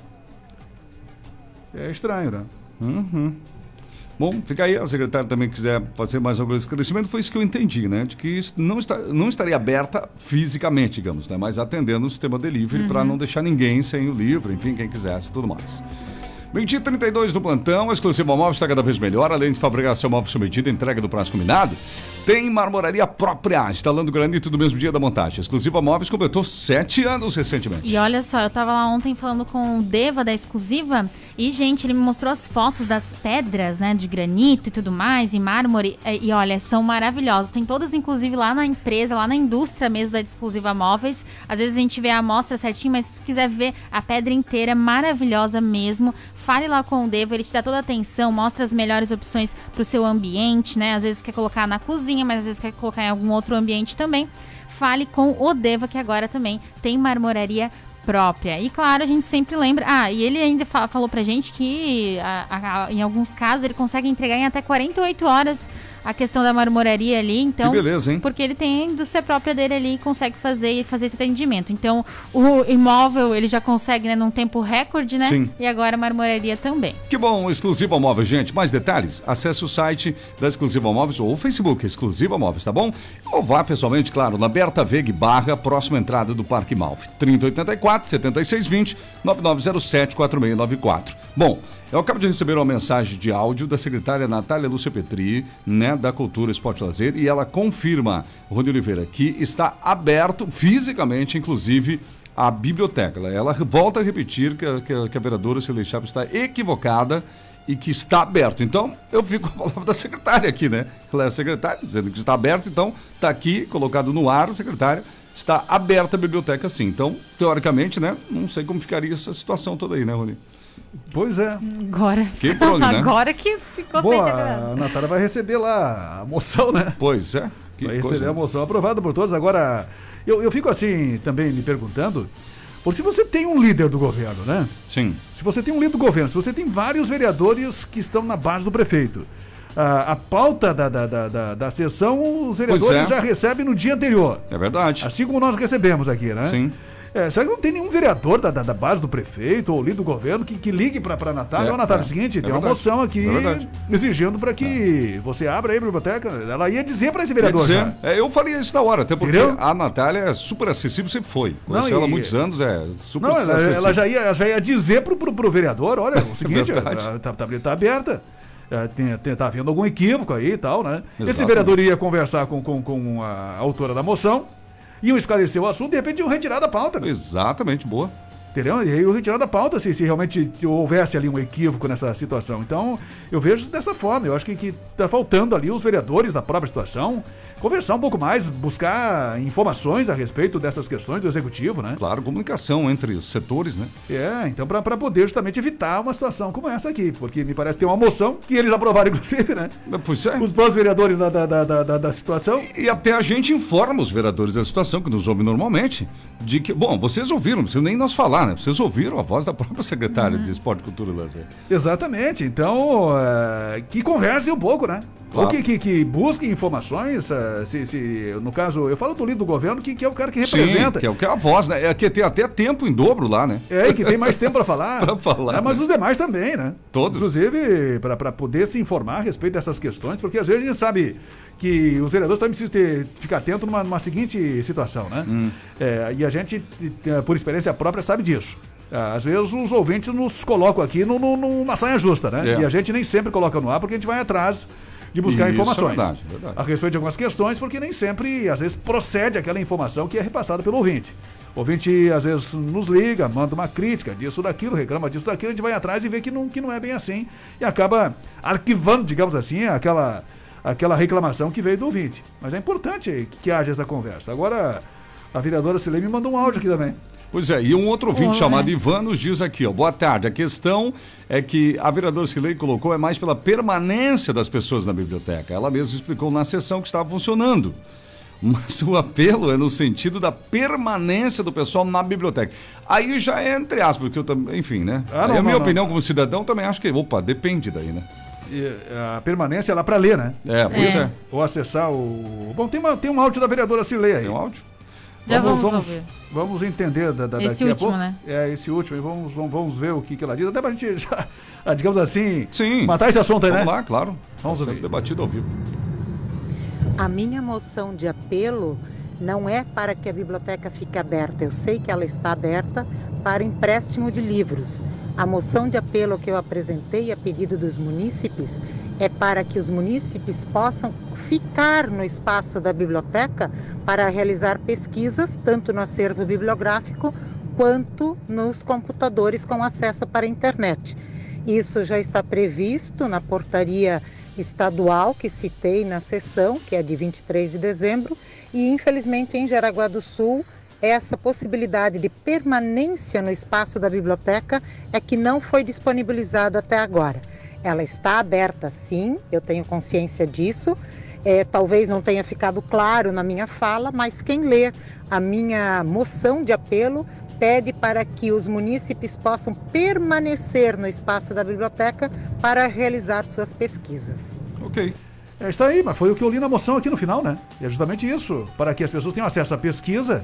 Speaker 2: É estranho, né?
Speaker 1: Uhum. Bom, fica aí, a secretária também quiser fazer mais algum esclarecimento, foi isso que eu entendi, né? De que não, está, não estaria aberta fisicamente, digamos, né? Mas atendendo o sistema delivery, uhum. para não deixar ninguém sem o livro, enfim, quem quisesse e tudo mais. meio-dia e trinta e dois do plantão, a Exclusiva Móveis está cada vez melhor, além de fabricar seu móvel sob medida, entrega do prazo combinado. Tem marmoraria própria, instalando granito do mesmo dia da montagem. A Exclusiva Móveis completou sete anos recentemente.
Speaker 5: E olha só, eu tava lá ontem falando com o Deva da Exclusiva e, gente, ele me mostrou as fotos das pedras, né, de granito e tudo mais, e mármore, e, e olha, são maravilhosas. Tem todas, inclusive, lá na empresa, lá na indústria mesmo da Exclusiva Móveis. Às vezes a gente vê a amostra certinho, mas se tu quiser ver a pedra inteira, maravilhosa mesmo. Fale lá com o Deva, ele te dá toda a atenção, mostra as melhores opções pro seu ambiente, né? Às vezes quer colocar na cozinha, mas às vezes quer colocar em algum outro ambiente também. Fale com o Deva, que agora também tem marmoraria própria. E claro, a gente sempre lembra... Ah, e ele ainda fa- falou pra gente que a, a, a, em alguns casos ele consegue entregar em até quarenta e oito horas a questão da marmoraria ali, então...
Speaker 1: Que beleza, hein?
Speaker 5: Porque ele tem a indústria própria dele ali e consegue fazer, fazer esse atendimento. Então, o imóvel, ele já consegue, né, num tempo recorde, né?
Speaker 1: Sim.
Speaker 5: E agora a marmoraria também.
Speaker 1: Que bom, Exclusiva Móveis, gente. Mais detalhes? Acesse o site da Exclusiva Móveis ou o Facebook Exclusiva Móveis, tá bom? Ou vá pessoalmente, claro, na Berta Veg Barra, próxima entrada do Parque Malve. trinta, oitenta e quatro, setenta e seis, vinte, nove nove zero sete, quatro seis nove quatro. Bom, eu acabo de receber uma mensagem de áudio da secretária Natália Lúcia Petri, né, da Cultura, Esporte e Lazer, e ela confirma, Rony Oliveira, que está aberto fisicamente, inclusive, a biblioteca. Ela volta a repetir que a, que a, que a vereadora Cilei Chaves está equivocada e que está aberto. Então, eu fico com a palavra da secretária aqui, né? Ela é secretária, dizendo que está aberto, então está aqui, colocado no ar, secretária, está aberta a biblioteca sim. Então, teoricamente, né, não sei como ficaria essa situação toda aí, né, Rony?
Speaker 2: Pois é.
Speaker 5: Agora.
Speaker 1: Que prole, né?
Speaker 5: Agora que ficou
Speaker 2: Boa,
Speaker 5: feita
Speaker 2: a Natália vai receber lá a moção, né?
Speaker 1: Pois é. Que
Speaker 2: vai
Speaker 1: coisa,
Speaker 2: receber
Speaker 1: né?
Speaker 2: a moção aprovada por todos. Agora, eu, eu fico assim também me perguntando, por se você tem um líder do governo, né?
Speaker 1: Sim.
Speaker 2: Se você tem um líder do governo, se você tem vários vereadores que estão na base do prefeito, a, a pauta da, da, da, da, da sessão, os vereadores
Speaker 1: é.
Speaker 2: já recebem no dia anterior.
Speaker 1: É verdade.
Speaker 2: Assim como nós recebemos aqui, né?
Speaker 1: Sim.
Speaker 2: É, será que não tem nenhum vereador da, da, da base do prefeito ou líder do governo que, que ligue para a Natália?
Speaker 1: É,
Speaker 2: Ó, Natália,
Speaker 1: é,
Speaker 2: é o seguinte,
Speaker 1: é
Speaker 2: tem uma
Speaker 1: verdade,
Speaker 2: moção aqui
Speaker 1: é
Speaker 2: exigindo para que é. você abra aí a biblioteca. Ela ia dizer para esse vereador.
Speaker 1: Dizer, é, eu faria isso na hora, até porque
Speaker 2: Entendeu?
Speaker 1: a Natália é super acessível, sempre foi. Conheci
Speaker 2: Não,
Speaker 1: ela há
Speaker 2: e-
Speaker 1: muitos anos, é super
Speaker 2: Não, ela,
Speaker 1: acessível.
Speaker 2: ela já, ia, ela já ia dizer pro, pro, pro vereador, olha, o seguinte,
Speaker 1: Verdade.
Speaker 2: a, a tableta tá aberta. É, tem, tem, tá havendo algum equívoco aí e tal, né? Esse
Speaker 1: Exatamente.
Speaker 2: vereador ia conversar com, com, com a autora da moção, iam esclarecer o assunto, de repente iam retirar da pauta. Né?
Speaker 1: Exatamente, boa.
Speaker 2: Entendeu? E aí eu retirar da pauta se, se realmente houvesse ali um equívoco nessa situação. Então, eu vejo dessa forma. Eu acho que, que tá faltando ali os vereadores da própria situação conversar um pouco mais, buscar informações a respeito dessas questões do executivo, né?
Speaker 1: Claro, comunicação entre os setores, né?
Speaker 2: É, então para poder justamente evitar uma situação como essa aqui, porque me parece ter uma moção que eles aprovaram, inclusive, né?
Speaker 1: Pois é.
Speaker 2: Os próprios vereadores da, da, da, da, da situação.
Speaker 1: E até a gente informa os vereadores da situação, que nos ouvem normalmente, de que, bom, vocês ouviram, não precisa nem nós falar, né? Vocês ouviram a voz da própria secretária
Speaker 5: Uhum.
Speaker 1: de Esporte, Cultura e Lazer.
Speaker 2: Exatamente, então é, que conversem um pouco, né?
Speaker 1: Claro.
Speaker 2: Ou que, que, que busquem informações, é, se, se, no caso, eu falo do líder do governo, que, que é o cara que representa.
Speaker 1: Sim, que é o que é a voz, né? É que tem até tempo em dobro lá, né?
Speaker 2: É, e que tem mais tempo para falar.
Speaker 1: Pra falar,
Speaker 2: É, mas
Speaker 1: né?
Speaker 2: os demais também, né?
Speaker 1: Todos.
Speaker 2: Inclusive, para poder se informar a respeito dessas questões, porque às vezes a gente sabe que os vereadores também precisam ter, ficar atentos numa, numa seguinte situação, né?
Speaker 1: Hum.
Speaker 2: É, e a gente, por experiência própria, sabe disso. Às vezes os ouvintes nos colocam aqui no, no, numa saia justa, né?
Speaker 1: É.
Speaker 2: E a gente nem sempre coloca no ar porque a gente vai atrás de buscar
Speaker 1: Isso,
Speaker 2: informações
Speaker 1: é verdade, verdade.
Speaker 2: a respeito de algumas questões, porque nem sempre, às vezes, procede aquela informação que é repassada pelo ouvinte. O ouvinte, às vezes, nos liga, manda uma crítica disso, daquilo, reclama disso, daquilo, a gente vai atrás e vê que não, que não é bem assim e acaba arquivando, digamos assim, aquela, aquela reclamação que veio do ouvinte. Mas é importante que, que haja essa conversa. Agora, a vereadora Cilei me mandou um áudio aqui também.
Speaker 1: Pois é, e um outro ouvinte
Speaker 5: Olá.
Speaker 1: chamado Ivan nos diz aqui, ó, boa tarde, a questão é que a vereadora Cilei colocou é mais pela permanência das pessoas na biblioteca. Ela mesma explicou na sessão que estava funcionando. Mas o apelo é no sentido da permanência do pessoal na biblioteca. Aí já é entre aspas, porque eu também, enfim, né?
Speaker 2: Ah,
Speaker 1: Aí
Speaker 2: não,
Speaker 1: a minha
Speaker 2: não,
Speaker 1: opinião como cidadão também acho que, opa, depende daí, né?
Speaker 2: E a permanência é lá para ler, né?
Speaker 1: É, pois é.
Speaker 5: É.
Speaker 2: Ou acessar o... Bom, tem, uma, tem um áudio da vereadora Cilei aí.
Speaker 1: Tem um áudio?
Speaker 5: Já
Speaker 2: vamos,
Speaker 5: vamos
Speaker 2: vamos,
Speaker 5: ouvir.
Speaker 2: vamos entender da, da,
Speaker 5: Esse
Speaker 2: daqui
Speaker 5: último,
Speaker 2: a pouco.
Speaker 5: né?
Speaker 2: É, esse último. E vamos, vamos, vamos ver o que, que ela diz. Até pra gente já, ah, digamos assim,
Speaker 1: Sim.
Speaker 2: matar esse assunto aí,
Speaker 1: Vamos
Speaker 2: né?
Speaker 1: lá, claro.
Speaker 2: Vamos
Speaker 1: Tá sendo
Speaker 2: ouvir.
Speaker 1: debatido ao vivo.
Speaker 9: A minha moção de apelo não é para que a biblioteca fique aberta. Eu sei que ela está aberta, para empréstimo de livros. A moção de apelo que eu apresentei a pedido dos munícipes é para que os munícipes possam ficar no espaço da biblioteca para realizar pesquisas, tanto no acervo bibliográfico quanto nos computadores com acesso para a internet. Isso já está previsto na portaria estadual que citei na sessão, que é de vinte e três de dezembro, e infelizmente em Jaraguá do Sul, essa possibilidade de permanência no espaço da biblioteca é que não foi disponibilizada até agora. Ela está aberta sim, eu tenho consciência disso, é, talvez não tenha ficado claro na minha fala, mas quem ler a minha moção de apelo pede para que os munícipes possam permanecer no espaço da biblioteca para realizar suas pesquisas.
Speaker 2: Ok. É, está aí, mas foi o que eu li na moção aqui no final, né? É justamente isso, para que as pessoas tenham acesso à pesquisa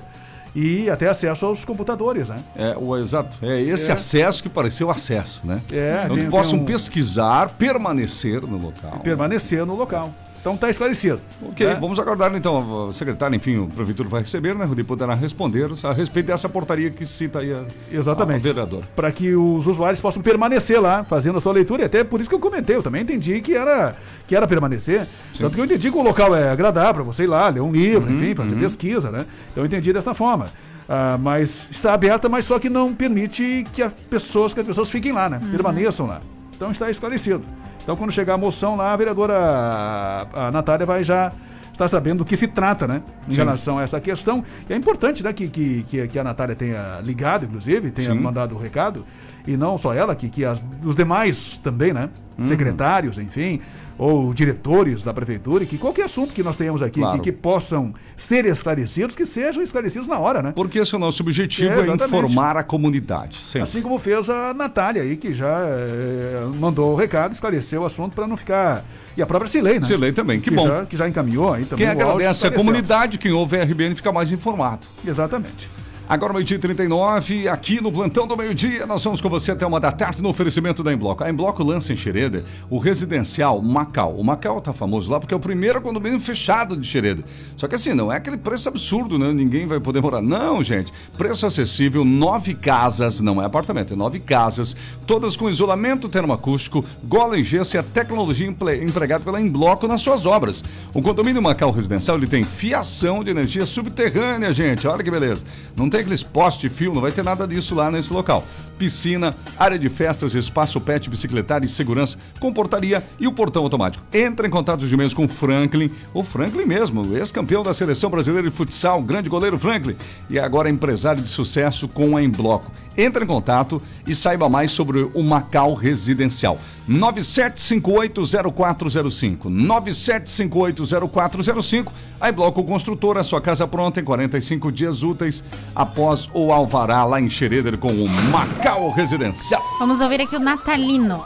Speaker 2: e até acesso aos computadores, né?
Speaker 1: É, o exato. É esse
Speaker 2: é.
Speaker 1: acesso que pareceu acesso, né?
Speaker 2: É,
Speaker 1: então,
Speaker 2: tem,
Speaker 1: que possam
Speaker 2: tem um...
Speaker 1: pesquisar, permanecer no local.
Speaker 2: Permanecer no local. Então está esclarecido.
Speaker 1: Ok,
Speaker 2: né?
Speaker 1: Vamos aguardar então. A secretária, enfim, o prefeitura vai receber, né? O Rudi poderá responder a respeito dessa portaria que cita aí a,
Speaker 2: Exatamente.
Speaker 1: a vereadora.
Speaker 2: Para que os usuários possam permanecer lá, fazendo a sua leitura. E até por isso que eu comentei, eu também entendi que era, que era permanecer. Sim. Tanto que eu entendi que o local é agradável para você ir lá, ler um livro, uhum, enfim, fazer uhum. pesquisa, né? Então eu entendi dessa forma. Ah, mas está aberta, mas só que não permite que as pessoas, que as pessoas fiquem lá, né? Uhum. Permaneçam lá. Então está esclarecido. Então, quando chegar a moção lá, a vereadora a, a Natália vai já estar sabendo do que se trata, né? Em Sim. relação a essa questão. E é importante, né, que, que, que a Natália tenha ligado, inclusive, tenha Sim. mandado o recado. E não só ela, que, que as, os demais também, né? Uhum. Secretários, enfim, ou diretores da prefeitura, e que qualquer assunto que nós tenhamos aqui, claro. que, que possam ser esclarecidos, que sejam esclarecidos na hora, né? Porque esse é o nosso objetivo, é, é informar a comunidade. Sempre. Assim como fez a Natália aí, que já é, mandou o recado, esclareceu o assunto para não ficar... E a própria Cilei, né? Cilei também, que, que bom. Já, que já encaminhou aí também. Quem agradece a comunidade, quem ouve a R B N fica mais informado. Exatamente. Agora, meio-dia e trinta e nove, aqui no Plantão do Meio-Dia, nós vamos com você até uma da tarde no oferecimento da Embloco. A Embloco lança em Xereda o residencial Macau. O Macau tá famoso lá porque é o primeiro condomínio fechado de Xereda. Só que assim, não é aquele preço absurdo, né? Ninguém vai poder morar. Não, gente. Preço acessível, nove casas, não é apartamento, é nove casas, todas com isolamento termoacústico, gola em gesso e a tecnologia empregada pela Embloco nas suas obras. O condomínio Macau Residencial, ele tem fiação de energia subterrânea, gente. Olha que beleza. Não tem aqueles postes de fio, não vai ter nada disso lá nesse local. Piscina, área de festas, espaço pet, bicicletário e segurança, com portaria e o portão automático. Entra em contato de e-mails com o Franklin, o Franklin mesmo, ex-campeão da Seleção Brasileira de Futsal, grande goleiro Franklin, e agora empresário de sucesso com a Embloco. Entra em contato e saiba mais sobre o Macau Residencial. nove sete cinco oito zero quatro zero cinco, nove sete cinco oito zero quatro zero cinco. A Embloco Construtora, sua casa pronta em quarenta e cinco dias úteis após o alvará lá em Xereda com o Macau Residencial.
Speaker 5: Vamos ouvir aqui o Natalino.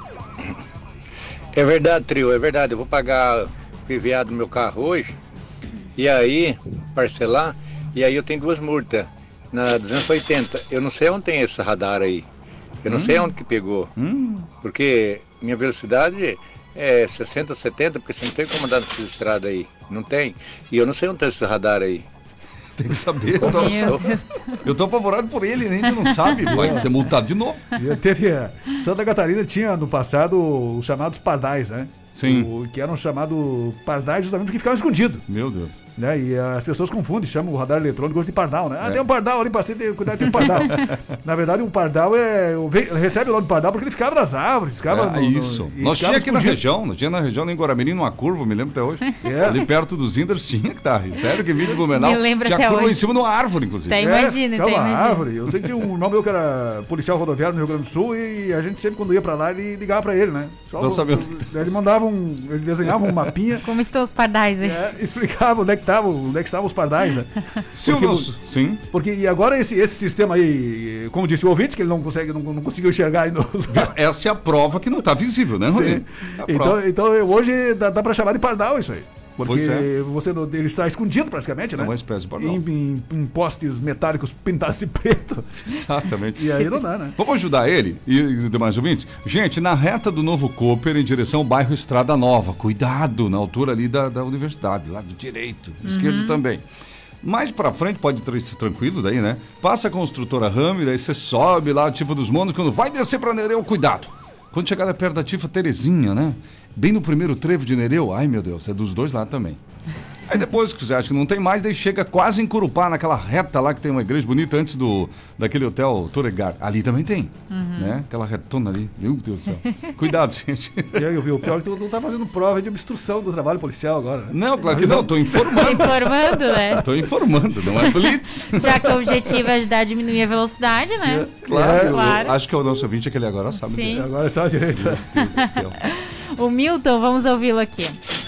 Speaker 10: É verdade, trio, é verdade. Eu vou pagar o I V A do meu carro hoje e aí parcelar, e aí eu tenho duas multas na duzentos e oitenta. Eu não sei onde tem esse radar aí. Eu não hum. sei onde que pegou. Hum. Porque minha velocidade é sessenta, setenta, porque você não tem como andar nessa estrada aí. Não tem. E eu não sei onde tem esse radar aí.
Speaker 1: Tem que saber. Eu tô, eu tô apavorado por ele, nem ele não sabe. Vai ser multado de novo.
Speaker 2: E teve, Santa Catarina tinha no passado os chamados pardais, né?
Speaker 1: Sim.
Speaker 2: O, que eram chamados pardais justamente porque ficavam escondidos.
Speaker 1: Meu Deus.
Speaker 2: Né? E as pessoas confundem, chamam o radar eletrônico de pardal, né? Ah, é. tem um pardal ali pra você ter cuidado, tem um pardal. Na verdade, um pardal é. Recebe o nome de pardal porque ele ficava nas árvores. Ficava
Speaker 1: é, no, no, isso. Nós tinha aqui escondido. Na região, nós tinha na região, em Guaramirim, numa curva, me lembro até hoje. É. Ali perto dos Inders tinha que estar. Sério que vídeo de Blumenau.
Speaker 5: Me lembro
Speaker 1: tinha
Speaker 5: até
Speaker 1: curva
Speaker 5: hoje.
Speaker 1: Em cima de uma árvore, inclusive.
Speaker 5: Até imagina,
Speaker 2: é,
Speaker 5: até
Speaker 2: uma
Speaker 5: imagina.
Speaker 2: árvore. Eu sei que tinha um irmão meu que era policial rodoviário no Rio Grande do Sul e a gente sempre, quando ia pra lá, ele ligava pra ele, né? Só
Speaker 1: pra saber.
Speaker 2: Ele mandava um. Ele desenhava um mapinha.
Speaker 5: Como estão os pardais aí?
Speaker 2: É, explicava onde é que estavam, onde é que estavam os pardais, né?
Speaker 1: Porque, nos... Sim.
Speaker 2: Porque, e agora esse, esse sistema aí, como disse o ouvinte, que ele não, consegue, não, não conseguiu enxergar ainda. Os...
Speaker 1: Essa é a prova que não está visível, né, Rony?
Speaker 2: É então, então hoje dá, dá para chamar de pardal isso aí. Porque é. você, ele está escondido praticamente, né?
Speaker 1: É uma espécie de pardal.
Speaker 2: Em, em, em postes metálicos pintados de preto.
Speaker 1: Exatamente.
Speaker 2: E aí não dá, né?
Speaker 1: Vamos ajudar ele e, e demais ouvintes? Gente, na reta do Novo Cooper, em direção ao bairro Estrada Nova. Cuidado, na altura ali da, da universidade, lá do direito, uhum. esquerdo também. Mais pra frente pode ser tranquilo daí, né? Passa a construtora Rame, daí você sobe lá, a Tifa dos Monos, quando vai descer pra Nereu, cuidado. Quando chegar perto da Tifa Terezinha, né? Bem no primeiro trevo de Nereu, ai meu Deus, é dos dois lá também. Aí depois que você acha que não tem mais, daí chega quase em Curupá, naquela reta lá que tem uma igreja bonita antes do, daquele hotel Toregar. Ali também tem, uhum. né? Aquela retona ali, meu Deus do céu. Cuidado, gente.
Speaker 2: E o pior é que tu não tá fazendo prova de obstrução do trabalho policial agora. Né?
Speaker 1: Não, claro que não, tô informando.
Speaker 5: Informando, né?
Speaker 1: Tô informando, não é blitz.
Speaker 5: Já que o objetivo é ajudar a diminuir a velocidade, né?
Speaker 1: É, claro,
Speaker 5: é, claro.
Speaker 1: Acho que é o nosso ouvinte, aquele agora sabe.
Speaker 5: Sim.
Speaker 2: Agora sabe direito.
Speaker 1: Meu Deus do céu.
Speaker 5: O Milton, vamos ouvi-lo aqui.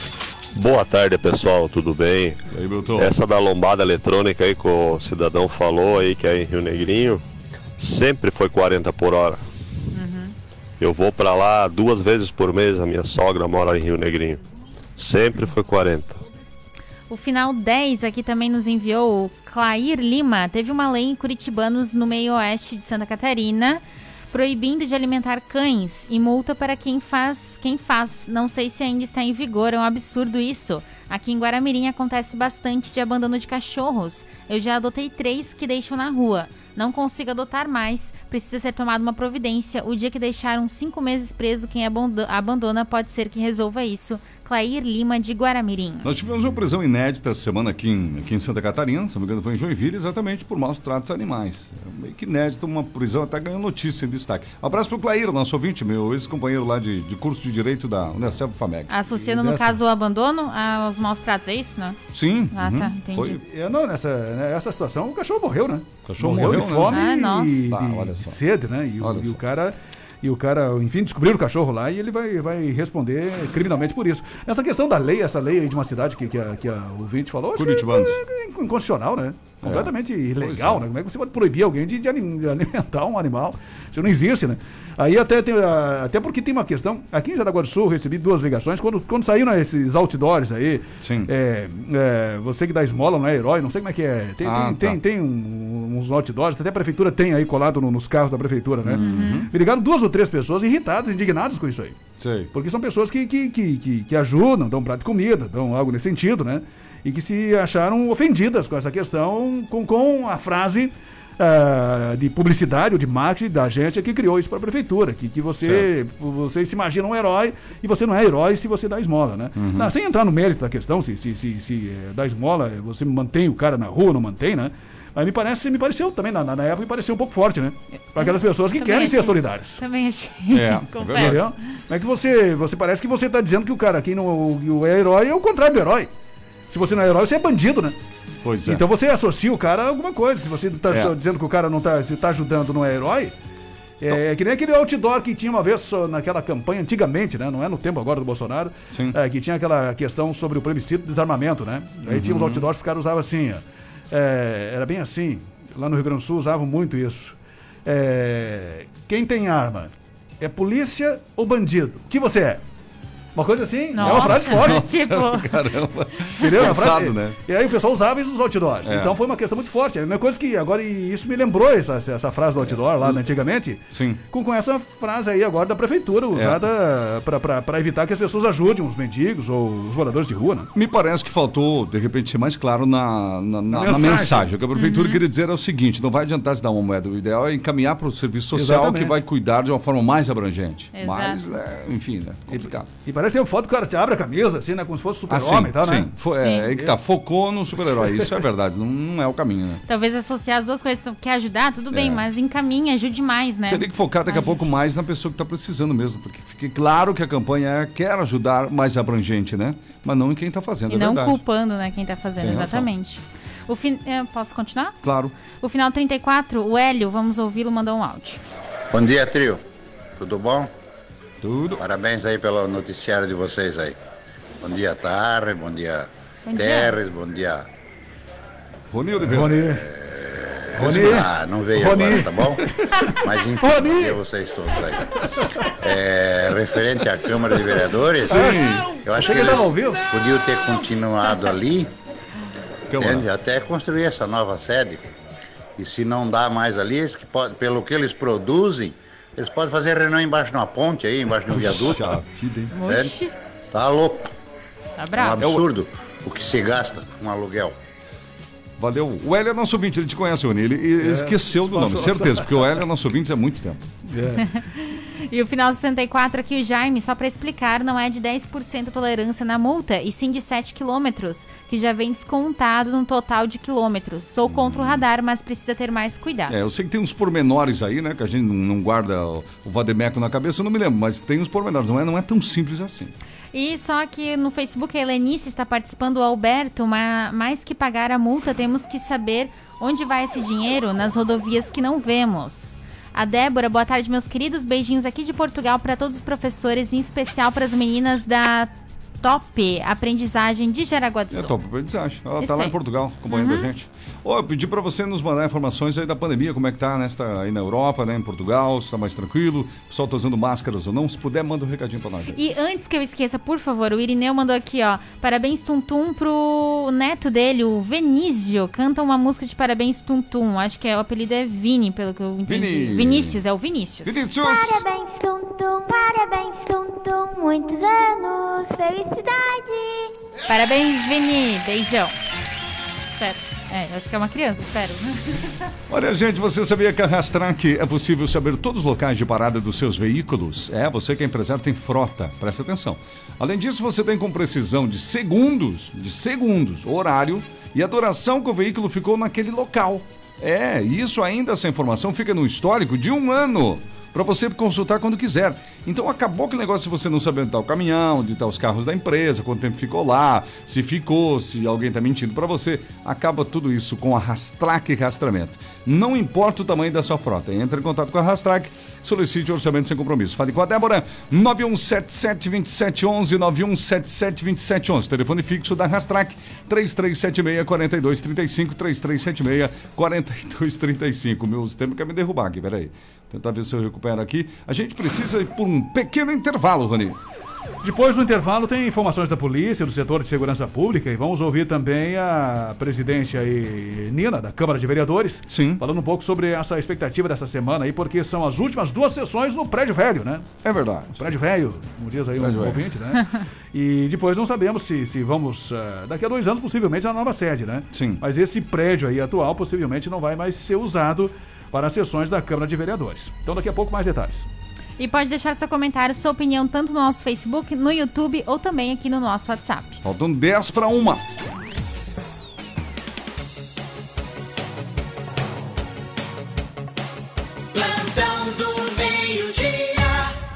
Speaker 11: Boa tarde, pessoal, tudo bem?
Speaker 1: E aí, Milton?
Speaker 11: Essa da lombada eletrônica aí que o cidadão falou aí, que é em Rio Negrinho, sempre foi quarenta por hora. Uhum. Eu vou pra lá duas vezes por mês, a minha sogra mora em Rio Negrinho. Sempre foi quarenta.
Speaker 5: O final dez aqui também nos enviou o Clair Lima. Teve uma lei em Curitibanos no meio oeste de Santa Catarina proibindo de alimentar cães e multa para quem faz, quem faz. Não sei se ainda está em vigor, é um absurdo isso. Aqui em Guaramirim acontece bastante de abandono de cachorros. Eu já adotei três que deixam na rua. Não consigo adotar mais, precisa ser tomada uma providência. O dia que deixaram cinco meses preso, quem abandona pode ser que resolva isso. Clair Lima, de Guaramirim.
Speaker 1: Nós tivemos uma prisão inédita essa semana aqui em, aqui em Santa Catarina, se não me engano foi em Joinville, exatamente por maus tratos animais. É meio que inédita, uma prisão até ganhou notícia em destaque. Um abraço pro Clair, nosso ouvinte, meu ex-companheiro lá de, de curso de Direito da Unicef FAMEG.
Speaker 5: Associando, no caso, o abandono aos maus tratos, é isso, né?
Speaker 1: Sim.
Speaker 5: Ah,
Speaker 1: uhum.
Speaker 5: tá, entendi.
Speaker 2: Foi... Eu, não, nessa, nessa situação, o cachorro morreu, né?
Speaker 1: O cachorro morreu,
Speaker 2: morreu de fome
Speaker 1: né?
Speaker 2: e,
Speaker 5: ah,
Speaker 2: de,
Speaker 1: ah, olha
Speaker 2: de
Speaker 1: só.
Speaker 2: sede, né? E, o, e o cara... E o cara, enfim, descobriram o cachorro lá e ele vai, vai responder criminalmente por isso. Essa questão da lei, essa lei aí de uma cidade que, que, a, que a ouvinte falou, acho que é inconstitucional, né? É. Completamente ilegal, é. né? Como é que você pode proibir alguém de, de alimentar um animal? Isso não existe, né? Aí até, tem, até porque tem uma questão, aqui em Jaraguá do Sul eu recebi duas ligações, quando, quando saíram esses outdoors aí,
Speaker 1: Sim.
Speaker 2: É, é, você que dá esmola não é herói, não sei como é que é, tem,
Speaker 1: ah,
Speaker 2: tem,
Speaker 1: tá.
Speaker 2: tem, tem um, uns outdoors, até a prefeitura tem aí colado no, nos carros da prefeitura, né?
Speaker 1: Uhum.
Speaker 2: Me ligaram duas ou três pessoas irritadas, indignadas com isso aí.
Speaker 1: Sei.
Speaker 2: Porque são pessoas que, que, que, que, que ajudam, dão um prato de comida, dão algo nesse sentido, né? E que se acharam ofendidas com essa questão, com, com a frase uh, de publicidade ou de marketing da agência que criou isso para a prefeitura, que, que você, você se imagina um herói e você não é herói se você dá esmola, né?
Speaker 1: Uhum.
Speaker 2: Não, sem entrar no mérito da questão, se, se, se, se é, dá esmola, você mantém o cara na rua, não mantém, né? Mas me parece, me pareceu também, na, na época, me pareceu um pouco forte, né? Para aquelas pessoas que
Speaker 5: Também
Speaker 2: querem
Speaker 5: achei.
Speaker 2: ser solidárias.
Speaker 5: Também achei.
Speaker 1: É,
Speaker 2: Entendeu? Como é que você, você parece que você está dizendo que o cara aqui não é herói, é o contrário do herói. Se você não é herói, você é bandido, né?
Speaker 1: Pois é.
Speaker 2: Então você associa o cara a alguma coisa. Se você está
Speaker 1: É.
Speaker 2: dizendo que o cara não está tá ajudando, não é herói, é, é que nem aquele outdoor que tinha uma vez só naquela campanha, antigamente, né? Não é no tempo agora do Bolsonaro,
Speaker 1: Sim.
Speaker 2: é, que tinha aquela questão sobre o plebiscito de desarmamento, né? Aí tinha uns
Speaker 1: Uhum.
Speaker 2: outdoors que os caras usavam assim, ó. É, era bem assim. Lá no Rio Grande do Sul usavam muito isso. É, quem tem arma é polícia ou bandido? O que você é? Uma coisa assim,
Speaker 5: Nossa,
Speaker 2: é uma frase forte.
Speaker 5: tipo...
Speaker 1: Caramba.
Speaker 2: Entendeu? É uma
Speaker 1: Pensado,
Speaker 2: frase-
Speaker 1: né?
Speaker 2: E aí o pessoal usava isso nos outdoors.
Speaker 1: É.
Speaker 2: Então foi uma questão muito forte. É uma coisa que agora, e isso me lembrou essa, essa frase do outdoor lá antigamente,
Speaker 1: Sim.
Speaker 2: com, com essa frase aí agora da prefeitura, usada para evitar que as pessoas ajudem os mendigos ou os moradores de rua, né?
Speaker 1: Me parece que faltou, de repente, ser mais claro na, na, na- na
Speaker 2: mensagem.
Speaker 1: mensagem. O que a prefeitura
Speaker 5: Uhum.
Speaker 1: queria dizer é o seguinte: não vai adiantar se dar uma moeda. O ideal é encaminhar para o serviço social
Speaker 2: Exatamente.
Speaker 1: que vai cuidar de uma forma mais abrangente.
Speaker 5: Exato.
Speaker 1: Mas, é, enfim, né? Complicado.
Speaker 2: E parece que tem uma foto que o cara te abre a camisa, assim, né? Como se fosse
Speaker 1: Ah,
Speaker 2: super-homem
Speaker 1: sim,
Speaker 2: e tal, né?
Speaker 1: sim. Fo- é,
Speaker 5: Sim.
Speaker 1: aí que tá, focou no super-herói. Isso é verdade, não, não é o caminho, né?
Speaker 5: Talvez associar as duas coisas. Quer ajudar? Tudo bem,
Speaker 1: É.
Speaker 5: mas encaminha, ajude mais, né?
Speaker 1: Teria que focar daqui a pouco mais na pessoa que está precisando mesmo, porque fique claro que a campanha é, quer ajudar mais abrangente, né? Mas não em quem está fazendo,
Speaker 5: E
Speaker 1: é
Speaker 5: não
Speaker 1: verdade.
Speaker 5: culpando, né, quem tá fazendo,
Speaker 1: Tem razão.
Speaker 5: exatamente. O fin... eh, Posso continuar?
Speaker 1: Claro.
Speaker 5: O final trinta e quatro, o Hélio, vamos ouvi-lo, mandou um áudio.
Speaker 12: Bom dia, trio. Tudo bom?
Speaker 1: Tudo.
Speaker 12: Parabéns aí pelo noticiário de vocês aí. Bom dia, Tarre. Bom dia,
Speaker 5: Bom dia.
Speaker 12: Terres. Bom dia.
Speaker 1: Rony Oliveira.
Speaker 2: Rony.
Speaker 12: É,
Speaker 2: Rony.
Speaker 12: Ah, não veio
Speaker 2: Rony.
Speaker 12: agora, tá bom? Mas enfim,
Speaker 2: Rony.
Speaker 12: bom dia a vocês todos aí. É, referente à Câmara de Vereadores,
Speaker 1: Sim.
Speaker 12: eu acho
Speaker 2: Achei
Speaker 12: que
Speaker 2: que
Speaker 12: eles
Speaker 2: tava ao vivo.
Speaker 12: podiam ter continuado ali,
Speaker 1: Câmara.
Speaker 12: entende? Até construir essa nova sede. E se não dá mais ali, eles que pode, pelo que eles produzem, eles podem fazer reunião embaixo de uma ponte aí, embaixo de um viaduto.
Speaker 1: Puxa vida, hein?
Speaker 5: Oxi,
Speaker 12: Tá louco.
Speaker 5: tá
Speaker 12: É um
Speaker 5: bravo.
Speaker 12: absurdo o que se gasta com aluguel.
Speaker 1: valeu. O Hélio é nosso ouvinte, ele te conhece, Rony. Ele, ele é, esqueceu do nome, certeza, porque o Hélio é nosso ouvinte há muito tempo.
Speaker 5: É. E o final sessenta e quatro aqui, o Jaime, só para explicar, não é de dez por cento tolerância na multa, e sim de sete quilômetros, que já vem descontado no total de quilômetros. Sou contra o radar, mas precisa ter mais cuidado.
Speaker 1: É, eu sei que tem uns pormenores aí, né, que a gente não guarda o, o vademeco na cabeça, eu não me lembro, mas tem uns pormenores, não é, não é tão simples assim.
Speaker 5: E só que no Facebook a Helenice está participando, o Alberto, mas mais que pagar a multa, temos que saber onde vai esse dinheiro nas rodovias que não vemos. A Débora, boa tarde, meus queridos, beijinhos aqui de Portugal para todos os professores, em especial para as meninas da Top Aprendizagem de Jaraguá do Sul.
Speaker 1: É Top Aprendizagem, ela
Speaker 5: Isso
Speaker 1: está lá
Speaker 5: aí.
Speaker 1: em Portugal, acompanhando
Speaker 5: Uhum.
Speaker 1: a gente. Ó, eu pedi para você nos mandar informações aí da pandemia, como é que tá, né? Você tá aí na Europa, né, em Portugal, se tá mais tranquilo, o pessoal tá usando máscaras ou não, se puder, manda um recadinho para nós. Aí.
Speaker 5: E antes que eu esqueça, por favor, o Irineu mandou aqui, ó, parabéns Tum Tum pro neto dele, o Vinícius, canta uma música de parabéns Tum Tum, acho que é, o apelido é Vini, pelo que eu entendi.
Speaker 1: Vini.
Speaker 5: Vinícius, é o Vinícius.
Speaker 1: Vinícius!
Speaker 13: Parabéns, Tum Tum, parabéns, Tum Tum, muitos anos, felicidade.
Speaker 5: Parabéns, Vini, beijão. Espero. É, eu acho que é uma criança, espero.
Speaker 1: Olha, gente, você sabia que a Rastrac é possível saber todos os locais de parada dos seus veículos? É, você que é empresário tem frota, presta atenção. Além disso, você tem com precisão de segundos, de segundos, o horário e a duração que o veículo ficou naquele local. É, isso ainda, essa informação fica no histórico de um ano, para você consultar quando quiser. Então acabou que o negócio de você não saber onde está o caminhão, onde estão os carros da empresa, quanto tempo ficou lá, se ficou, se alguém está mentindo para você. Acaba tudo isso com a Rastrac Rastramento. Não importa o tamanho da sua frota, entre em contato com a Rastrac, solicite orçamento sem compromisso. Fale com a Débora, nove um sete sete, dois sete um um, nove um sete sete, dois sete um um. Telefone fixo da Rastrac, três três sete seis, quatro dois três cinco, três três sete seis, quatro dois três cinco. Meu sistema quer me derrubar aqui, peraí. Tentar ver se eu recupero aqui. A gente precisa ir por um pequeno intervalo, Rony.
Speaker 2: Depois do intervalo tem informações da polícia, do setor de segurança pública, e vamos ouvir também a presidente aí, Nina, da Câmara de Vereadores.
Speaker 1: Sim.
Speaker 2: Falando um pouco sobre essa expectativa dessa semana aí, porque são as últimas duas sessões no Prédio Velho, né?
Speaker 1: É verdade.
Speaker 2: Prédio Velho, como diz aí
Speaker 1: Prédio
Speaker 2: um
Speaker 1: velho.
Speaker 2: ouvinte, né? E depois não sabemos se, se vamos, uh, daqui a dois anos, possivelmente, na nova sede, né?
Speaker 1: Sim.
Speaker 2: Mas esse prédio aí atual, possivelmente, não vai mais ser usado para as sessões da Câmara de Vereadores. Então, daqui a pouco, mais detalhes.
Speaker 5: E pode deixar seu comentário, sua opinião, tanto no nosso Facebook, no YouTube ou também aqui no nosso WhatsApp.
Speaker 1: Faltam dez para uma.
Speaker 14: Plantão do meio-dia.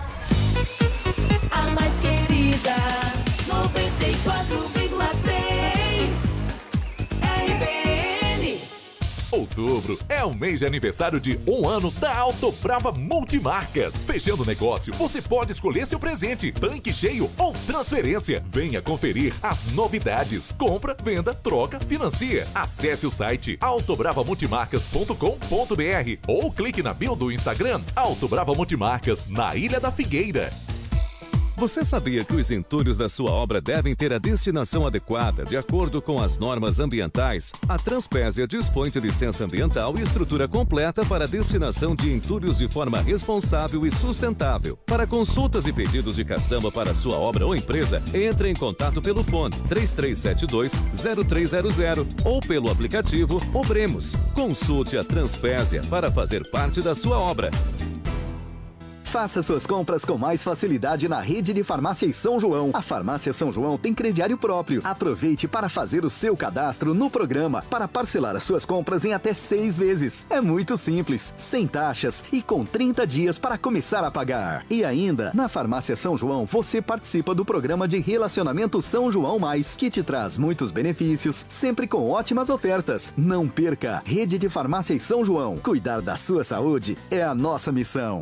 Speaker 14: A mais querida, noventa e quatro vírgula três R B N.
Speaker 15: Outubro é o mês de aniversário de um ano da Auto Brava Multimarcas. Fechando o negócio, você pode escolher seu presente, tanque cheio ou transferência. Venha conferir as novidades. Compra, venda, troca, financia. Acesse o site auto brava multimarcas ponto com ponto br ou clique na bio do Instagram Auto Brava Multimarcas, na Ilha da Figueira.
Speaker 16: Você sabia que os entulhos da sua obra devem ter a destinação adequada de acordo com as normas ambientais? A Transpésia dispõe de licença ambiental e estrutura completa para a destinação de entulhos de forma responsável e sustentável. Para consultas e pedidos de caçamba para sua obra ou empresa, entre em contato pelo fone três três sete dois, zero três zero zero ou pelo aplicativo Obremos. Consulte a Transpésia para fazer parte da sua obra.
Speaker 17: Faça suas compras com mais facilidade na rede de farmácias São João. A Farmácia São João tem crediário próprio. Aproveite para fazer o seu cadastro no programa para parcelar as suas compras em até seis vezes. É muito simples, sem taxas e com trinta dias para começar a pagar. E ainda, na Farmácia São João, você participa do programa de relacionamento São João Mais, que te traz muitos benefícios, sempre com ótimas ofertas. Não perca! Rede de Farmácias São João. Cuidar da sua saúde é a nossa missão.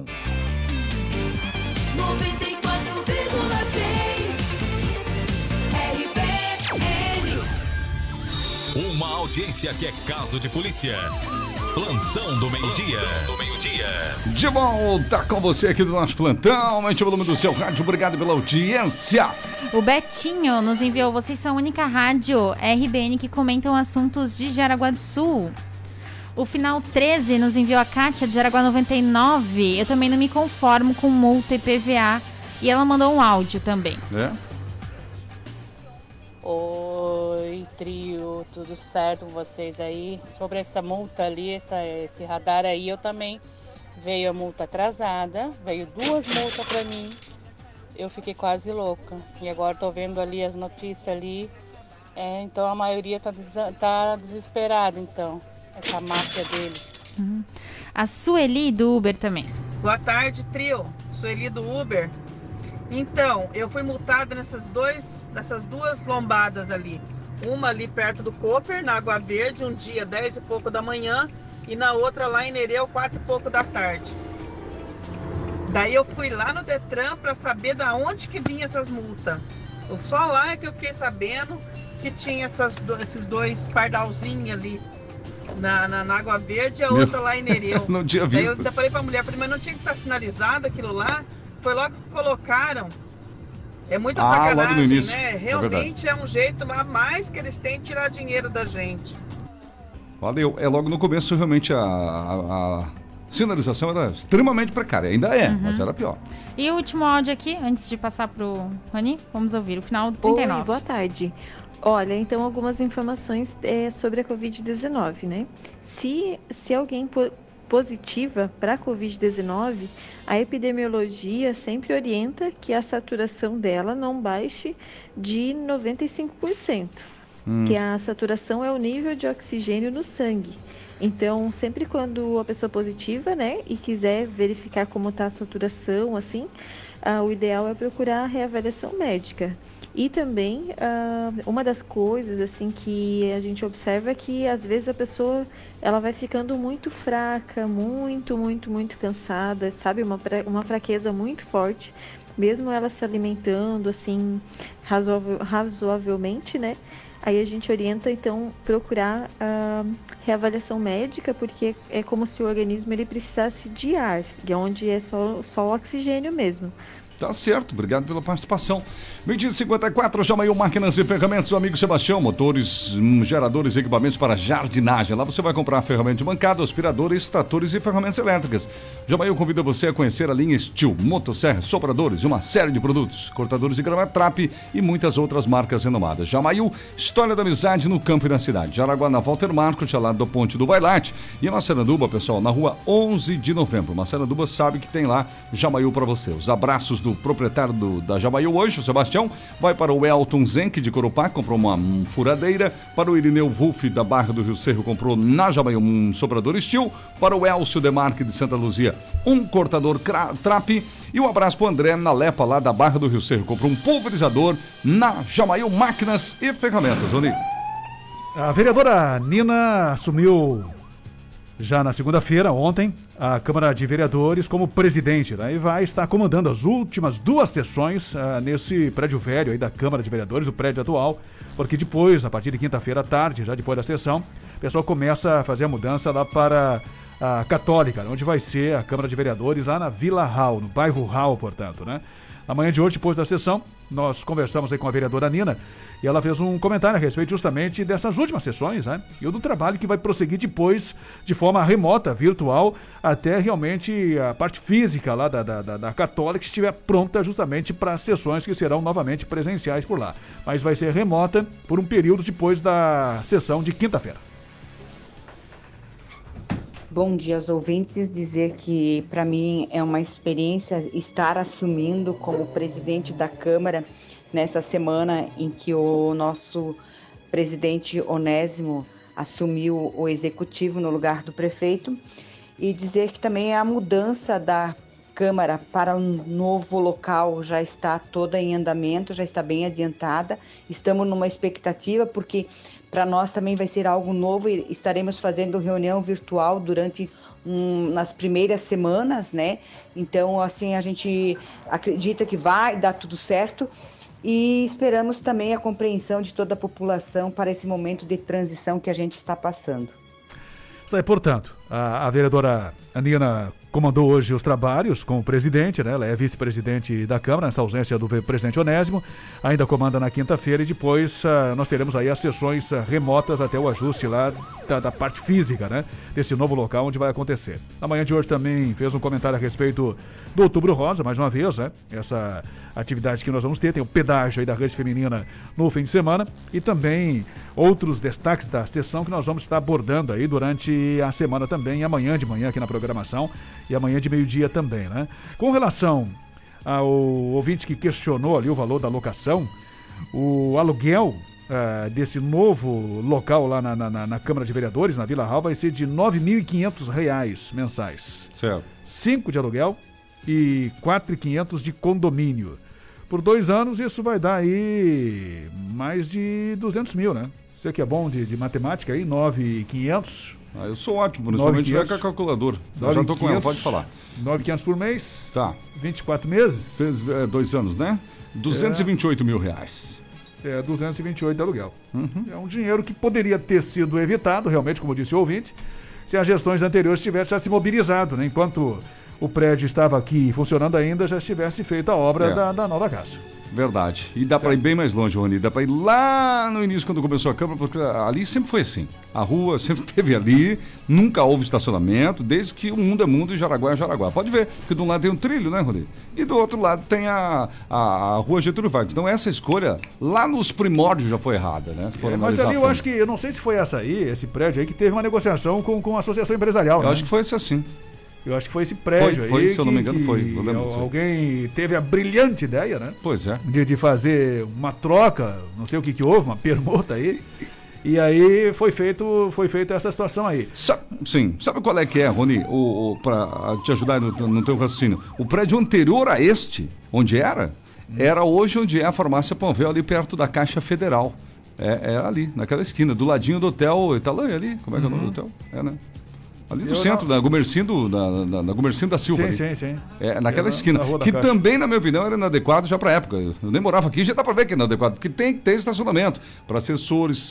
Speaker 14: noventa e quatro vírgula três R B N.
Speaker 15: Uma audiência que é caso de polícia. Plantão do meio-dia. Plantão do meio-dia.
Speaker 1: De volta com você aqui do nosso plantão. Aumente o volume do seu rádio. Obrigado pela audiência.
Speaker 5: O Betinho nos enviou, vocês são a única rádio R B N que comentam assuntos de Jaraguá do Sul. O final treze nos enviou a Kátia de Jaraguá noventa e nove. Eu também não me conformo com multa e P V A. E ela mandou um áudio também.
Speaker 1: É?
Speaker 18: Oi, trio, tudo certo com vocês aí? Sobre essa multa ali, essa, esse radar aí, eu também veio a multa atrasada, veio duas multas pra mim, eu fiquei quase louca. E agora tô vendo ali as notícias ali, é, então a maioria tá, des tá desesperada, então, essa máfia deles.
Speaker 5: Uhum. A Sueli do Uber também.
Speaker 19: Boa tarde, trio. Sueli do Uber. Então, eu fui multada nessas, dois, nessas duas lombadas ali. Uma ali perto do Cooper, na Água Verde, um dia dez e pouco da manhã, e na outra lá em Nereu, quatro e pouco da tarde. Daí eu fui lá no Detran para saber da onde que vinha essas multas. Só lá é que eu fiquei sabendo que tinha essas, esses dois pardalzinhos ali. Na, na, na Água Verde e a outra Meu... lá em Nereu.
Speaker 1: Não tinha visto.
Speaker 19: Daí eu ainda falei pra mulher, falei, mas não tinha que estar sinalizado aquilo lá? Foi logo que colocaram. É muita
Speaker 1: ah,
Speaker 19: sacanagem,
Speaker 1: logo no início.
Speaker 19: né? Realmente é, é um jeito a mais que eles têm de tirar dinheiro da gente.
Speaker 1: Valeu. É logo no começo, realmente, a, a, a sinalização era extremamente precária. Ainda é, uhum. mas era pior.
Speaker 5: E o último áudio aqui, antes de passar pro Rony, vamos ouvir o final do trinta e nove.
Speaker 20: Oi, boa tarde. Olha, então algumas informações é, sobre a covid dezenove, né? Se, se alguém po positiva para a covid dezenove, a epidemiologia sempre orienta que a saturação dela não baixe de noventa e cinco por cento, hum. que a saturação é o nível de oxigênio no sangue. Então, sempre quando a pessoa positiva, né, e quiser verificar como está a saturação, assim, ah, o ideal é procurar a reavaliação médica. E também, ah, uma das coisas, assim, que a gente observa é que, às vezes, a pessoa, ela vai ficando muito fraca, muito, muito, muito cansada, sabe? Uma, uma fraqueza muito forte, mesmo ela se alimentando, assim, razoável, razoavelmente, né? Aí a gente orienta, então, procurar a reavaliação médica, porque é como se o organismo ele precisasse de ar, e onde é só, só o oxigênio mesmo.
Speaker 1: Tá certo, obrigado pela participação. meio-dia e cinquenta e quatro, Jamaiu Máquinas e Ferramentas, o amigo Sebastião, motores, geradores e equipamentos para jardinagem. Lá você vai comprar ferramenta de bancada, aspiradores, tratores e ferramentas elétricas. Jamaiu convida você a conhecer a linha Steel, motosserra, sopradores e uma série de produtos, cortadores de grama Trap e muitas outras marcas renomadas. Jamaiu, história da amizade no campo e na cidade. Jaraguá, na Walter Marcos, ao lado do Ponte do Vailate. E a Massaranduba, pessoal, na rua onze de novembro. Massaranduba sabe que tem lá Jamaiu para você. Os abraços do do proprietário do, da Jamaiu hoje, o Sebastião, vai para o Elton Zenck de Corupá, comprou uma um, furadeira, para o Irineu Wolff da Barra do Rio Cerro, comprou na Jamaiu um soprador Steel, para o Elcio Demarque de Santa Luzia, um cortador Trap, e um abraço para o André na Lepa, lá da Barra do Rio Cerro, comprou um pulverizador na Jamaiu Máquinas e Ferramentas. Oni.
Speaker 2: A vereadora Nina assumiu já na segunda-feira, ontem, a Câmara de Vereadores como presidente, né? E vai estar comandando as últimas duas sessões uh, nesse prédio velho aí da Câmara de Vereadores, o prédio atual, porque depois, a partir de quinta-feira à tarde, já depois da sessão, o pessoal começa a fazer a mudança lá para a Católica, onde vai ser a Câmara de Vereadores, lá na Vila Hall, no bairro Hall, portanto, né? Na manhã de hoje, depois da sessão, nós conversamos aí com a vereadora Nina, e ela fez um comentário a respeito justamente dessas últimas sessões, né? E do trabalho que vai prosseguir depois de forma remota, virtual, até realmente a parte física lá da, da, da Católica estiver pronta justamente para as sessões que serão novamente presenciais por lá. Mas vai ser remota por um período depois da sessão de quinta-feira.
Speaker 21: Bom dia aos ouvintes, dizer que para mim é uma experiência estar assumindo como presidente da Câmara nessa semana em que o nosso presidente Onésimo assumiu o executivo no lugar do prefeito, e dizer que também a mudança da Câmara para um novo local já está toda em andamento, já está bem adiantada. Estamos numa expectativa porque para nós também vai ser algo novo e estaremos fazendo reunião virtual durante um, nas primeiras semanas, né? Então, assim, a gente acredita que vai dar tudo certo. E esperamos também a compreensão de toda a população para esse momento de transição que a gente está passando.
Speaker 2: Isso aí, portanto, a, a vereadora Nina comandou hoje os trabalhos com o presidente, né? Ela é vice-presidente da Câmara, nessa ausência do presidente Onésimo, ainda comanda na quinta-feira e depois uh, nós teremos aí as sessões uh, remotas até o ajuste lá da, da parte física, né? Desse novo local onde vai acontecer. Na manhã de hoje também fez um comentário a respeito do Outubro Rosa, mais uma vez, né? Essa atividade que nós vamos ter, tem o pedágio aí da Rede Feminina no fim de semana e também outros destaques da sessão que nós vamos estar abordando aí durante a semana também, e amanhã de manhã aqui na programação e amanhã de meio-dia também, né? Com relação ao ouvinte que questionou ali o valor da locação, o aluguel uh, desse novo local lá na, na, na Câmara de Vereadores, na Vila Real, vai ser de nove mil e quinhentos reais mensais.
Speaker 1: Certo.
Speaker 2: cinco de aluguel e quatro mil e quinhentos de condomínio. Por dois anos, isso vai dar aí mais de duzentos mil, né? Você que é bom de, de matemática aí, nove mil e quinhentos.
Speaker 1: Ah, eu sou ótimo, principalmente tiver com a calculadora. Eu já tô com ela, pode falar.
Speaker 2: nove mil e quinhentos por mês.
Speaker 1: Tá.
Speaker 2: vinte e quatro meses.
Speaker 1: Fez, é, dois anos, né? duzentos e vinte e oito mil reais.
Speaker 2: É, duzentos e vinte e oito de aluguel.
Speaker 1: Uhum.
Speaker 2: É um dinheiro que poderia ter sido evitado, realmente, como disse o ouvinte, se as gestões anteriores tivessem já se mobilizado, né? Enquanto o prédio estava aqui funcionando ainda, já estivesse feita a obra
Speaker 1: É.
Speaker 2: da, da nova casa.
Speaker 1: Verdade. E dá para ir bem mais longe, Rony. Dá para ir lá no início, quando começou a Câmara, porque ali sempre foi assim. A rua sempre teve ali, nunca houve estacionamento, desde que o mundo é mundo e Jaraguá é Jaraguá. Pode ver, porque de um lado tem um trilho, né, Rony? E do outro lado tem a, a, a rua Getúlio Vargas. Então essa escolha, lá nos primórdios, já foi errada, né? Se for
Speaker 2: É, mas
Speaker 1: analisar
Speaker 2: ali
Speaker 1: a
Speaker 2: eu
Speaker 1: fundo.
Speaker 2: acho que, eu não sei se foi essa aí, esse prédio aí, que teve uma negociação com, com a associação empresarial,
Speaker 1: Eu
Speaker 2: né?
Speaker 1: acho que foi esse assim.
Speaker 2: Eu acho que foi esse prédio
Speaker 1: Foi, foi,
Speaker 2: aí.
Speaker 1: se eu não me
Speaker 2: que-
Speaker 1: engano, foi.
Speaker 2: que
Speaker 1: Eu lembro disso aí.
Speaker 2: alguém teve a brilhante ideia, né?
Speaker 1: Pois é.
Speaker 2: De, de fazer uma troca, não sei o que que houve, uma permuta aí. E aí foi feito, foi feita essa situação aí.
Speaker 1: Sa- sim, sabe qual é que é, Rony? O, o, para te ajudar no, no teu raciocínio. O prédio anterior a este, onde era, era hoje onde é a farmácia Panvel, ali perto da Caixa Federal. É, é ali, naquela esquina, do ladinho do hotel Italã, ali. Como é que é o nome do hotel? É, né? Ali do
Speaker 2: Eu
Speaker 1: centro,
Speaker 2: não-
Speaker 1: na Gumercindo, na, na, na Gumercindo da Silva.
Speaker 2: Sim,
Speaker 1: ali.
Speaker 2: sim, sim.
Speaker 1: É, naquela
Speaker 2: É, na-
Speaker 1: esquina.
Speaker 2: na Rua da
Speaker 1: Que
Speaker 2: Caixa.
Speaker 1: também, na minha opinião, era inadequado já pra época. Eu nem morava aqui, já dá pra ver que é inadequado. Porque tem que ter estacionamento para assessores,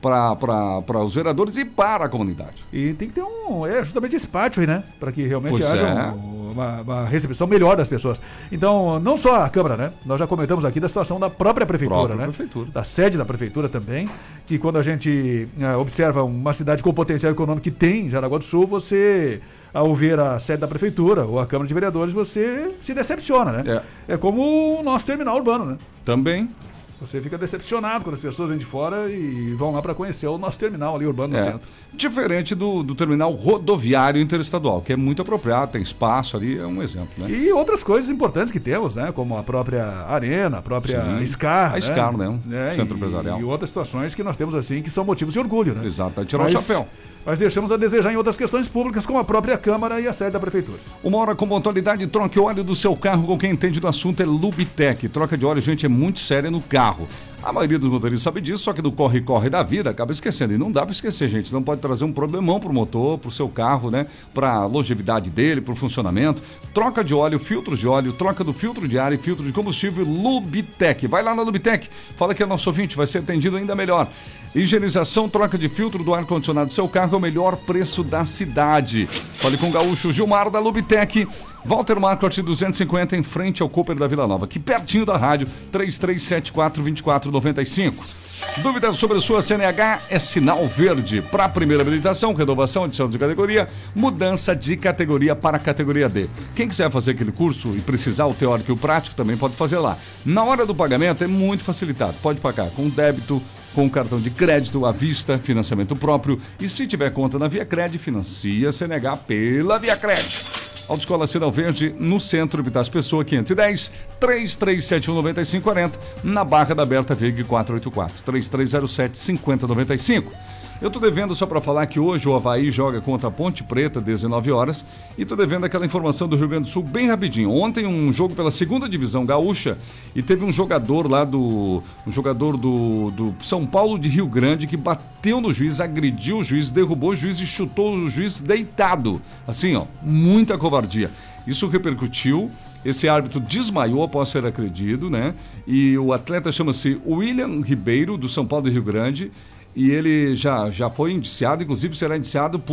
Speaker 1: para os vereadores e para a comunidade.
Speaker 2: E tem que ter um. É justamente esse pátio aí, né? Para que realmente
Speaker 1: Pois
Speaker 2: haja
Speaker 1: é.
Speaker 2: um- uma, uma recepção melhor das pessoas. Então, não só a Câmara, né? Nós já comentamos aqui da situação da própria Prefeitura,
Speaker 1: Própria
Speaker 2: né?
Speaker 1: prefeitura.
Speaker 2: Da sede da Prefeitura também. Que quando a gente eh, observa uma cidade com o potencial econômico que tem, Jaraguá do Sul, você, ao ver a sede da Prefeitura ou a Câmara de Vereadores, você se decepciona, né? É, como o nosso terminal urbano, né?
Speaker 1: Também.
Speaker 2: Você fica decepcionado quando as pessoas vêm de fora e vão lá para conhecer o nosso terminal ali urbano no
Speaker 1: É.
Speaker 2: centro.
Speaker 1: Diferente do, do terminal rodoviário interestadual, que é muito apropriado, tem espaço ali, é um exemplo, né?
Speaker 2: E outras coisas importantes que temos, né? Como a própria Arena, a própria
Speaker 1: Sim.
Speaker 2: SCAR.
Speaker 1: A SCAR, né?
Speaker 2: É,
Speaker 1: Centro
Speaker 2: e,
Speaker 1: empresarial.
Speaker 2: E outras situações que nós temos assim que são motivos de orgulho, né?
Speaker 1: Exato, é tirar
Speaker 2: Mas-
Speaker 1: o chapéu.
Speaker 2: Mas deixamos a desejar em outras questões públicas, como a própria Câmara e a sede da Prefeitura.
Speaker 1: Uma hora com pontualidade, troque o óleo do seu carro com quem entende do assunto é Lubitec. Troca de óleo, gente, é muito séria no carro. A maioria dos motoristas sabe disso, só que do corre-corre da vida acaba esquecendo. E não dá para esquecer, gente. Não pode trazer um problemão pro motor, pro seu carro, né? Pra longevidade dele, pro funcionamento. Troca de óleo, filtros de óleo, troca do filtro de ar e filtro de combustível Lubitec. Vai lá na Lubitec, fala que é nosso ouvinte, vai ser atendido ainda melhor. Higienização, troca de filtro do ar-condicionado do seu carro é o melhor preço da cidade. Fale com o gaúcho Gilmar da Lubitec. Walter Marcot duzentos e cinquenta em frente ao Cooper da Vila Nova, aqui pertinho da rádio, três três sete quatro, dois quatro nove cinco. Dúvidas sobre sua C N H é sinal verde. Para a primeira habilitação, renovação, adição de categoria, mudança de categoria para a categoria D. Quem quiser fazer aquele curso e precisar o teórico e o prático, também pode fazer lá. Na hora do pagamento é muito facilitado. Pode pagar com débito, com cartão de crédito à vista, financiamento próprio. E se tiver conta na Via Cred, financia C N H pela Via Cred. Autoescola Sinal Verde, no centro, Epitácio Pessoa, quinhentos e dez, três três sete um, nove cinco quatro zero, na Barra da Berta Vig quatrocentos e oitenta e quatro, três três zero sete, cinco zero nove cinco. Eu tô devendo só para falar que hoje o Avaí joga contra a Ponte Preta, dezenove horas, e tô devendo aquela informação do Rio Grande do Sul bem rapidinho. Ontem um jogo pela segunda divisão gaúcha e teve um jogador lá do um jogador do, do São Paulo de Rio Grande que bateu no juiz, agrediu o juiz, derrubou o juiz e chutou o juiz deitado. Assim, ó, muita covardia. Isso repercutiu. Esse árbitro desmaiou após ser agredido, né? E o atleta chama-se William Ribeiro, do São Paulo de Rio Grande. E ele já, já foi indiciado, inclusive será indiciado por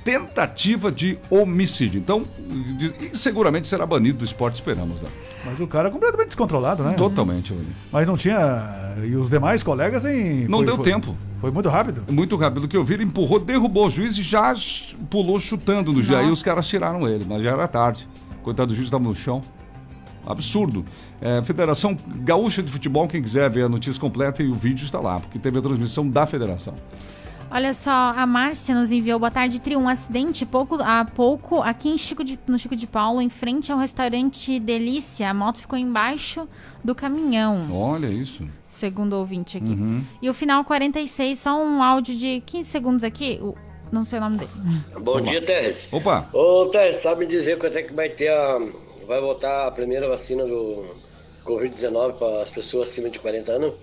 Speaker 1: tentativa de homicídio. Então, de, seguramente será banido do esporte, esperamos, né?
Speaker 2: Mas o cara é completamente descontrolado, né?
Speaker 1: Totalmente.
Speaker 2: Mas não tinha... E os demais colegas nem...
Speaker 1: Não
Speaker 2: foi,
Speaker 1: deu
Speaker 2: foi,
Speaker 1: tempo.
Speaker 2: Foi muito rápido.
Speaker 1: Muito rápido. O que eu vi, ele empurrou, derrubou o juiz e já pulou chutando no Jair. Os caras tiraram ele, mas já era tarde. Coitado do juiz, estava no chão. Absurdo. É, Federação Gaúcha de Futebol, quem quiser ver a notícia completa e o vídeo está lá, porque teve a transmissão da federação.
Speaker 5: Olha só, a Márcia nos enviou, boa tarde, Trio, um acidente pouco, há pouco aqui em Chico de, no Chico de Paulo, em frente ao restaurante Delícia, a moto ficou embaixo do caminhão.
Speaker 1: Olha isso.
Speaker 5: Segundo o ouvinte aqui.
Speaker 1: Uhum.
Speaker 5: E o final quarenta e seis, só um áudio de quinze segundos aqui, o, não sei o nome dele.
Speaker 3: Bom Opa. dia, Teres.
Speaker 1: Opa.
Speaker 3: Ô, Teres, sabe dizer quando é que vai ter a... vai voltar a primeira vacina do covid dezenove para as pessoas acima de quarenta anos?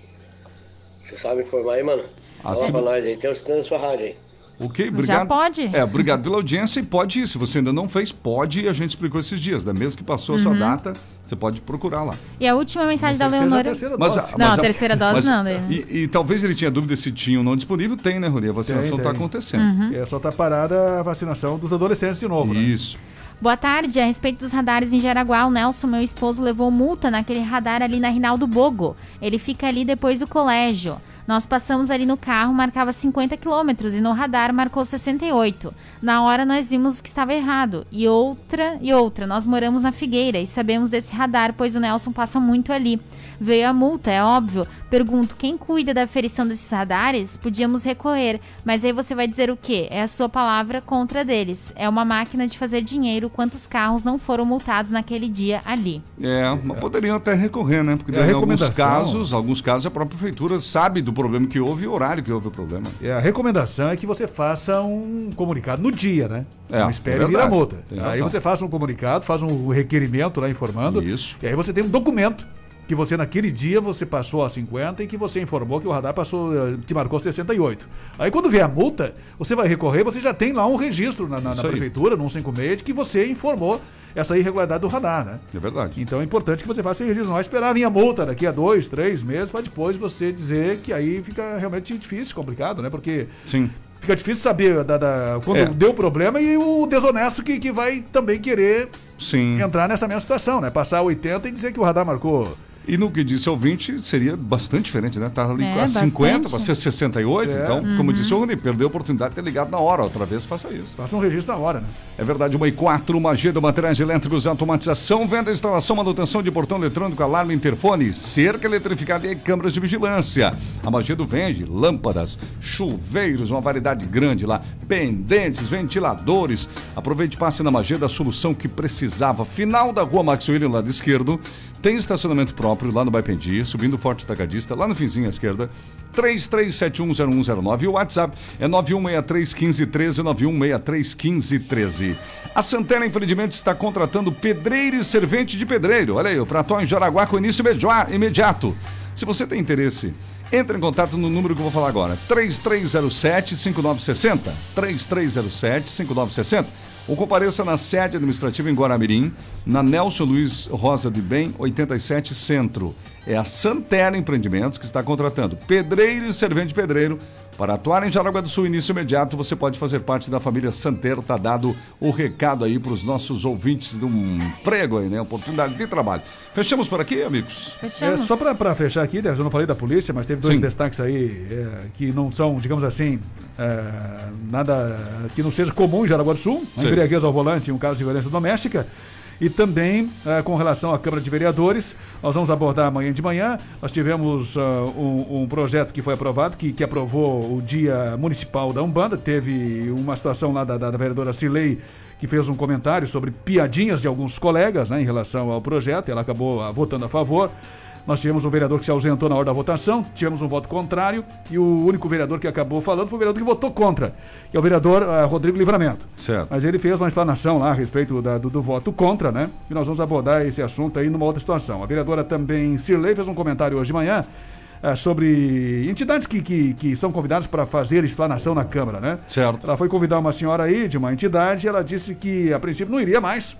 Speaker 3: Você sabe informar aí, mano? Acima... Fala pra nós aí, tem um stand na sua rádio aí.
Speaker 1: Ok, obrigado.
Speaker 5: Já pode?
Speaker 1: É, obrigado pela audiência e pode ir. Se você ainda não fez, pode ir. A gente explicou esses dias, né? Mesmo que passou a sua
Speaker 5: Uhum.
Speaker 1: data, você pode procurar lá.
Speaker 5: E a última mensagem da Leonora...
Speaker 1: Mas,
Speaker 5: não,
Speaker 1: mas,
Speaker 5: a terceira dose
Speaker 1: mas,
Speaker 5: não. Daí.
Speaker 1: E, e talvez ele tinha dúvida se tinha ou não disponível. Tem, né, Rony? A vacinação está acontecendo.
Speaker 5: Uhum.
Speaker 2: É só tá parada a vacinação dos adolescentes de novo, né?
Speaker 1: Isso.
Speaker 5: Boa tarde, a respeito dos radares em Jaraguá, o Nelson, meu esposo, levou multa naquele radar ali na Rinaldo Bogo. Ele fica ali depois do colégio. Nós passamos ali no carro, marcava cinquenta quilômetros e no radar marcou sessenta e oito. Na hora nós vimos que estava errado. E outra, e outra, nós moramos na Figueira e sabemos desse radar, pois o Nelson passa muito ali. Veio a multa, é óbvio. Pergunto, quem cuida da aferição desses radares? Podíamos recorrer, mas aí você vai dizer o quê? É a sua palavra contra deles. É uma máquina de fazer dinheiro, quantos carros não foram multados naquele dia ali.
Speaker 1: É, mas poderiam até recorrer, né? Porque
Speaker 2: É,
Speaker 1: em alguns
Speaker 2: recomendação.
Speaker 1: casos, alguns casos a própria prefeitura sabe do problema que houve e o horário que houve o problema.
Speaker 2: É, a recomendação é que você faça um comunicado no dia, né?
Speaker 1: É,
Speaker 2: não espere
Speaker 1: é
Speaker 2: vir a
Speaker 1: verdade.
Speaker 2: multa.
Speaker 1: Tem
Speaker 2: Aí
Speaker 1: razão.
Speaker 2: você faz um comunicado, faz um requerimento lá informando.
Speaker 1: Isso.
Speaker 2: E aí você tem um documento que você naquele dia você passou a cinquenta e que você informou que o radar passou, eh, te marcou sessenta e oito. Aí quando vier a multa, você vai recorrer, você já tem lá um registro na, na, na
Speaker 1: Isso aí.
Speaker 2: prefeitura, no cento e cinquenta e seis, de que você informou essa irregularidade do radar, né?
Speaker 1: É verdade.
Speaker 2: Então é importante que você faça esse registro. Não vai esperar vir a multa daqui a dois, três meses para depois você dizer que aí fica realmente difícil, complicado, né? Porque
Speaker 1: Sim.
Speaker 2: fica difícil saber da, da- quando
Speaker 1: É.
Speaker 2: deu problema e o desonesto que, que vai também querer
Speaker 1: Sim.
Speaker 2: entrar nessa mesma situação, né? Passar oitenta e dizer que o radar marcou.
Speaker 1: E no que disse o ouvinte, seria bastante diferente, né? Tá ali
Speaker 2: É,
Speaker 1: a cinquenta
Speaker 2: bastante.
Speaker 1: para ser sessenta e oito.
Speaker 2: É.
Speaker 1: Então, como
Speaker 2: Uhum.
Speaker 1: disse o Rony, perdeu a oportunidade de ter ligado na hora. Outra vez, faça isso.
Speaker 2: Faça um registro na hora, né?
Speaker 1: É verdade, uma e quatro, Magedo Materiais Elétricos e Automatização, venda, instalação, manutenção de portão eletrônico, alarme, interfone, cerca eletrificada e câmeras de vigilância. A Magedo vende lâmpadas, chuveiros, uma variedade grande lá, pendentes, ventiladores. Aproveite e passe na Magedo a solução que precisava. Final da rua Max William, lado esquerdo. Tem estacionamento próprio lá no Baipendi, subindo o Forte Tacadista, lá no finzinho à esquerda. três três sete um zero um zero nove. E o WhatsApp é nove um seis três um cinco um três, nove um seis três um cinco um três. A Santana Empreendimentos está contratando pedreiro e servente de pedreiro. Olha aí, para atuar em Jaraguá com início imediato- imediato. Se você tem interesse, entre em contato no número que eu vou falar agora. três três zero sete, cinco nove seis zero. três três zero sete, cinco nove seis zero. Ou compareça na sede administrativa em Guaramirim, na Nelson Luiz Rosa de Bem, oitenta e sete Centro. É a Santana Empreendimentos que está contratando pedreiro e servente de pedreiro. Para atuar em Jaraguá do Sul, início imediato, você pode fazer parte da família Santero. Está dado o recado aí para os nossos ouvintes de um emprego aí, né? Oportunidade de trabalho. Fechamos por aqui, amigos?
Speaker 2: É, só para fechar aqui, né, eu não falei da polícia, mas teve dois
Speaker 1: Sim.
Speaker 2: destaques aí é, que não são, digamos assim, é, nada que não seja comum em Jaraguá do Sul.
Speaker 1: Sim.
Speaker 2: Embriaguez ao volante e um caso de violência doméstica. E também, é, com relação à Câmara de Vereadores, nós vamos abordar amanhã de manhã. Nós tivemos uh, um, um projeto que foi aprovado, que, que aprovou o Dia Municipal da Umbanda. Teve uma situação lá da, da, da vereadora Cilei, que fez um comentário sobre piadinhas de alguns colegas, né, em relação ao projeto. Ela acabou uh, votando a favor. Nós tivemos um vereador que se ausentou na hora da votação, tivemos um voto contrário, e o único vereador que acabou falando foi o vereador que votou contra, que é o vereador uh, Rodrigo Livramento.
Speaker 1: Certo.
Speaker 2: Mas ele fez uma explanação lá a respeito da- do, do voto contra, né? E nós vamos abordar esse assunto aí numa outra situação. A vereadora também, Cirlei, fez um comentário hoje de manhã uh, sobre entidades que, que, que são convidadas para fazer explanação na Câmara, né?
Speaker 1: Certo.
Speaker 2: Ela foi convidar uma senhora aí de uma entidade e ela disse que a princípio não iria mais,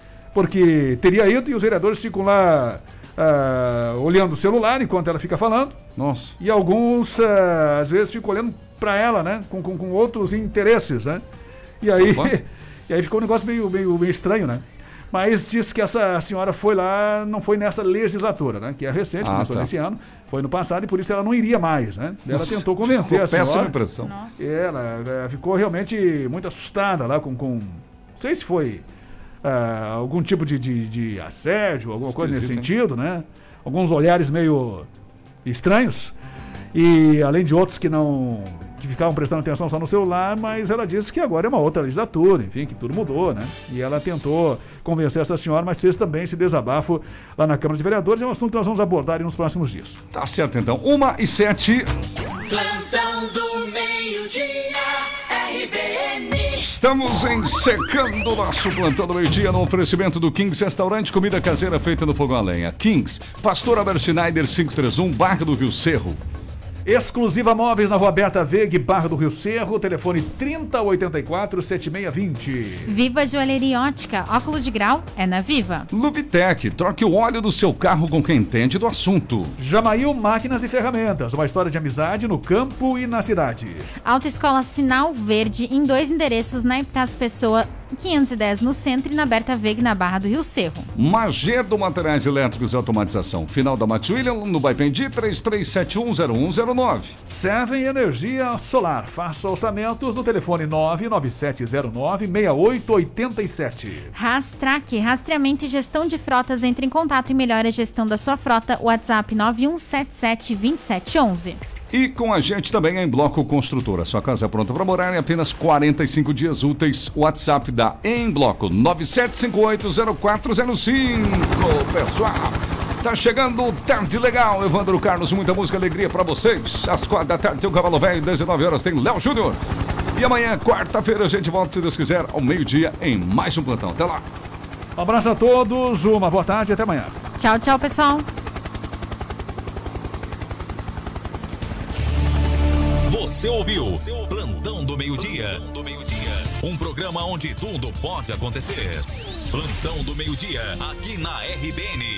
Speaker 2: porque teria ido e os vereadores ficam lá ah, olhando o celular enquanto ela fica falando.
Speaker 1: Nossa.
Speaker 2: E alguns, ah, às vezes, ficam olhando para ela, né? Com, com, com outros interesses, né? E aí, e aí ficou um negócio meio, meio, meio estranho, né? Mas disse que essa senhora foi lá, não foi nessa legislatura, né? Que é recente, ah, começou tá. nesse ano, foi no passado e por isso ela não iria mais, né? Ela Nossa, tentou convencer a senhora.
Speaker 1: Péssima impressão.
Speaker 2: Ela, ela ficou realmente muito assustada lá com, com não sei se foi uh, algum tipo de, de, de assédio, alguma Esquisito, coisa nesse hein? sentido, né? Alguns olhares meio estranhos e além de outros que não... que ficavam prestando atenção só no celular, mas ela disse que agora é uma outra legislatura, enfim, que tudo mudou, né? E ela tentou convencer essa senhora, mas fez também esse desabafo lá na Câmara de Vereadores, é um assunto que nós vamos abordar nos próximos dias.
Speaker 1: Tá certo, então. Uma e sete.
Speaker 14: Plantão do meio-dia, R B N.
Speaker 1: Estamos encerrando o nosso Plantão do Meio-Dia no oferecimento do Kings Restaurante, comida caseira feita no fogão a lenha. Kings, Pastor Albert Schneider quinhentos e trinta e um, Barra do Rio Cerro.
Speaker 2: Exclusiva Móveis na Rua Berta Veg, Barra do Rio Cerro, telefone trinta, oitenta e quatro, setenta e seis vinte.
Speaker 5: Viva Joalheria Ótica, óculos de grau é na Viva.
Speaker 1: Lubitec, troque o óleo do seu carro com quem entende do assunto.
Speaker 2: Jamail Máquinas e Ferramentas, uma história de amizade no campo e na cidade.
Speaker 5: Autoescola Sinal Verde, em dois endereços, na Epitácio Pessoa, quinhentos e dez no centro e na Berta Veg, na Barra do Rio Cerro.
Speaker 1: Magedo Materiais Elétricos e Automatização, final da Max William, no Baipendi, três três sete um zero um zero nove.
Speaker 2: Seven Energia Solar, faça orçamentos no telefone nove nove sete zero nove, seis oito oito sete.
Speaker 5: Rastrac, rastreamento e gestão de frotas, entre em contato e melhore a gestão da sua frota, WhatsApp nove um sete sete, dois sete um um.
Speaker 1: E com a gente também a Em Bloco Construtora. Sua casa é pronta para morar em apenas quarenta e cinco dias úteis. WhatsApp da Em Bloco nove sete cinco oito zero quatro zero cinco. Pessoal, tá chegando o Tarde Legal. Evandro Carlos, muita música, alegria para vocês. Às quatro da tarde tem o Cavalo Velho, dezenove horas tem Léo Júnior. E amanhã, quarta-feira, a gente volta, se Deus quiser, ao meio-dia em mais um Plantão. Até lá.
Speaker 2: Um abraço a todos, uma boa tarde e até amanhã.
Speaker 5: Tchau, tchau, pessoal.
Speaker 15: Você ouviu Plantão do Meio-Dia. Um programa onde tudo pode acontecer. Plantão do Meio-Dia, aqui na R B N.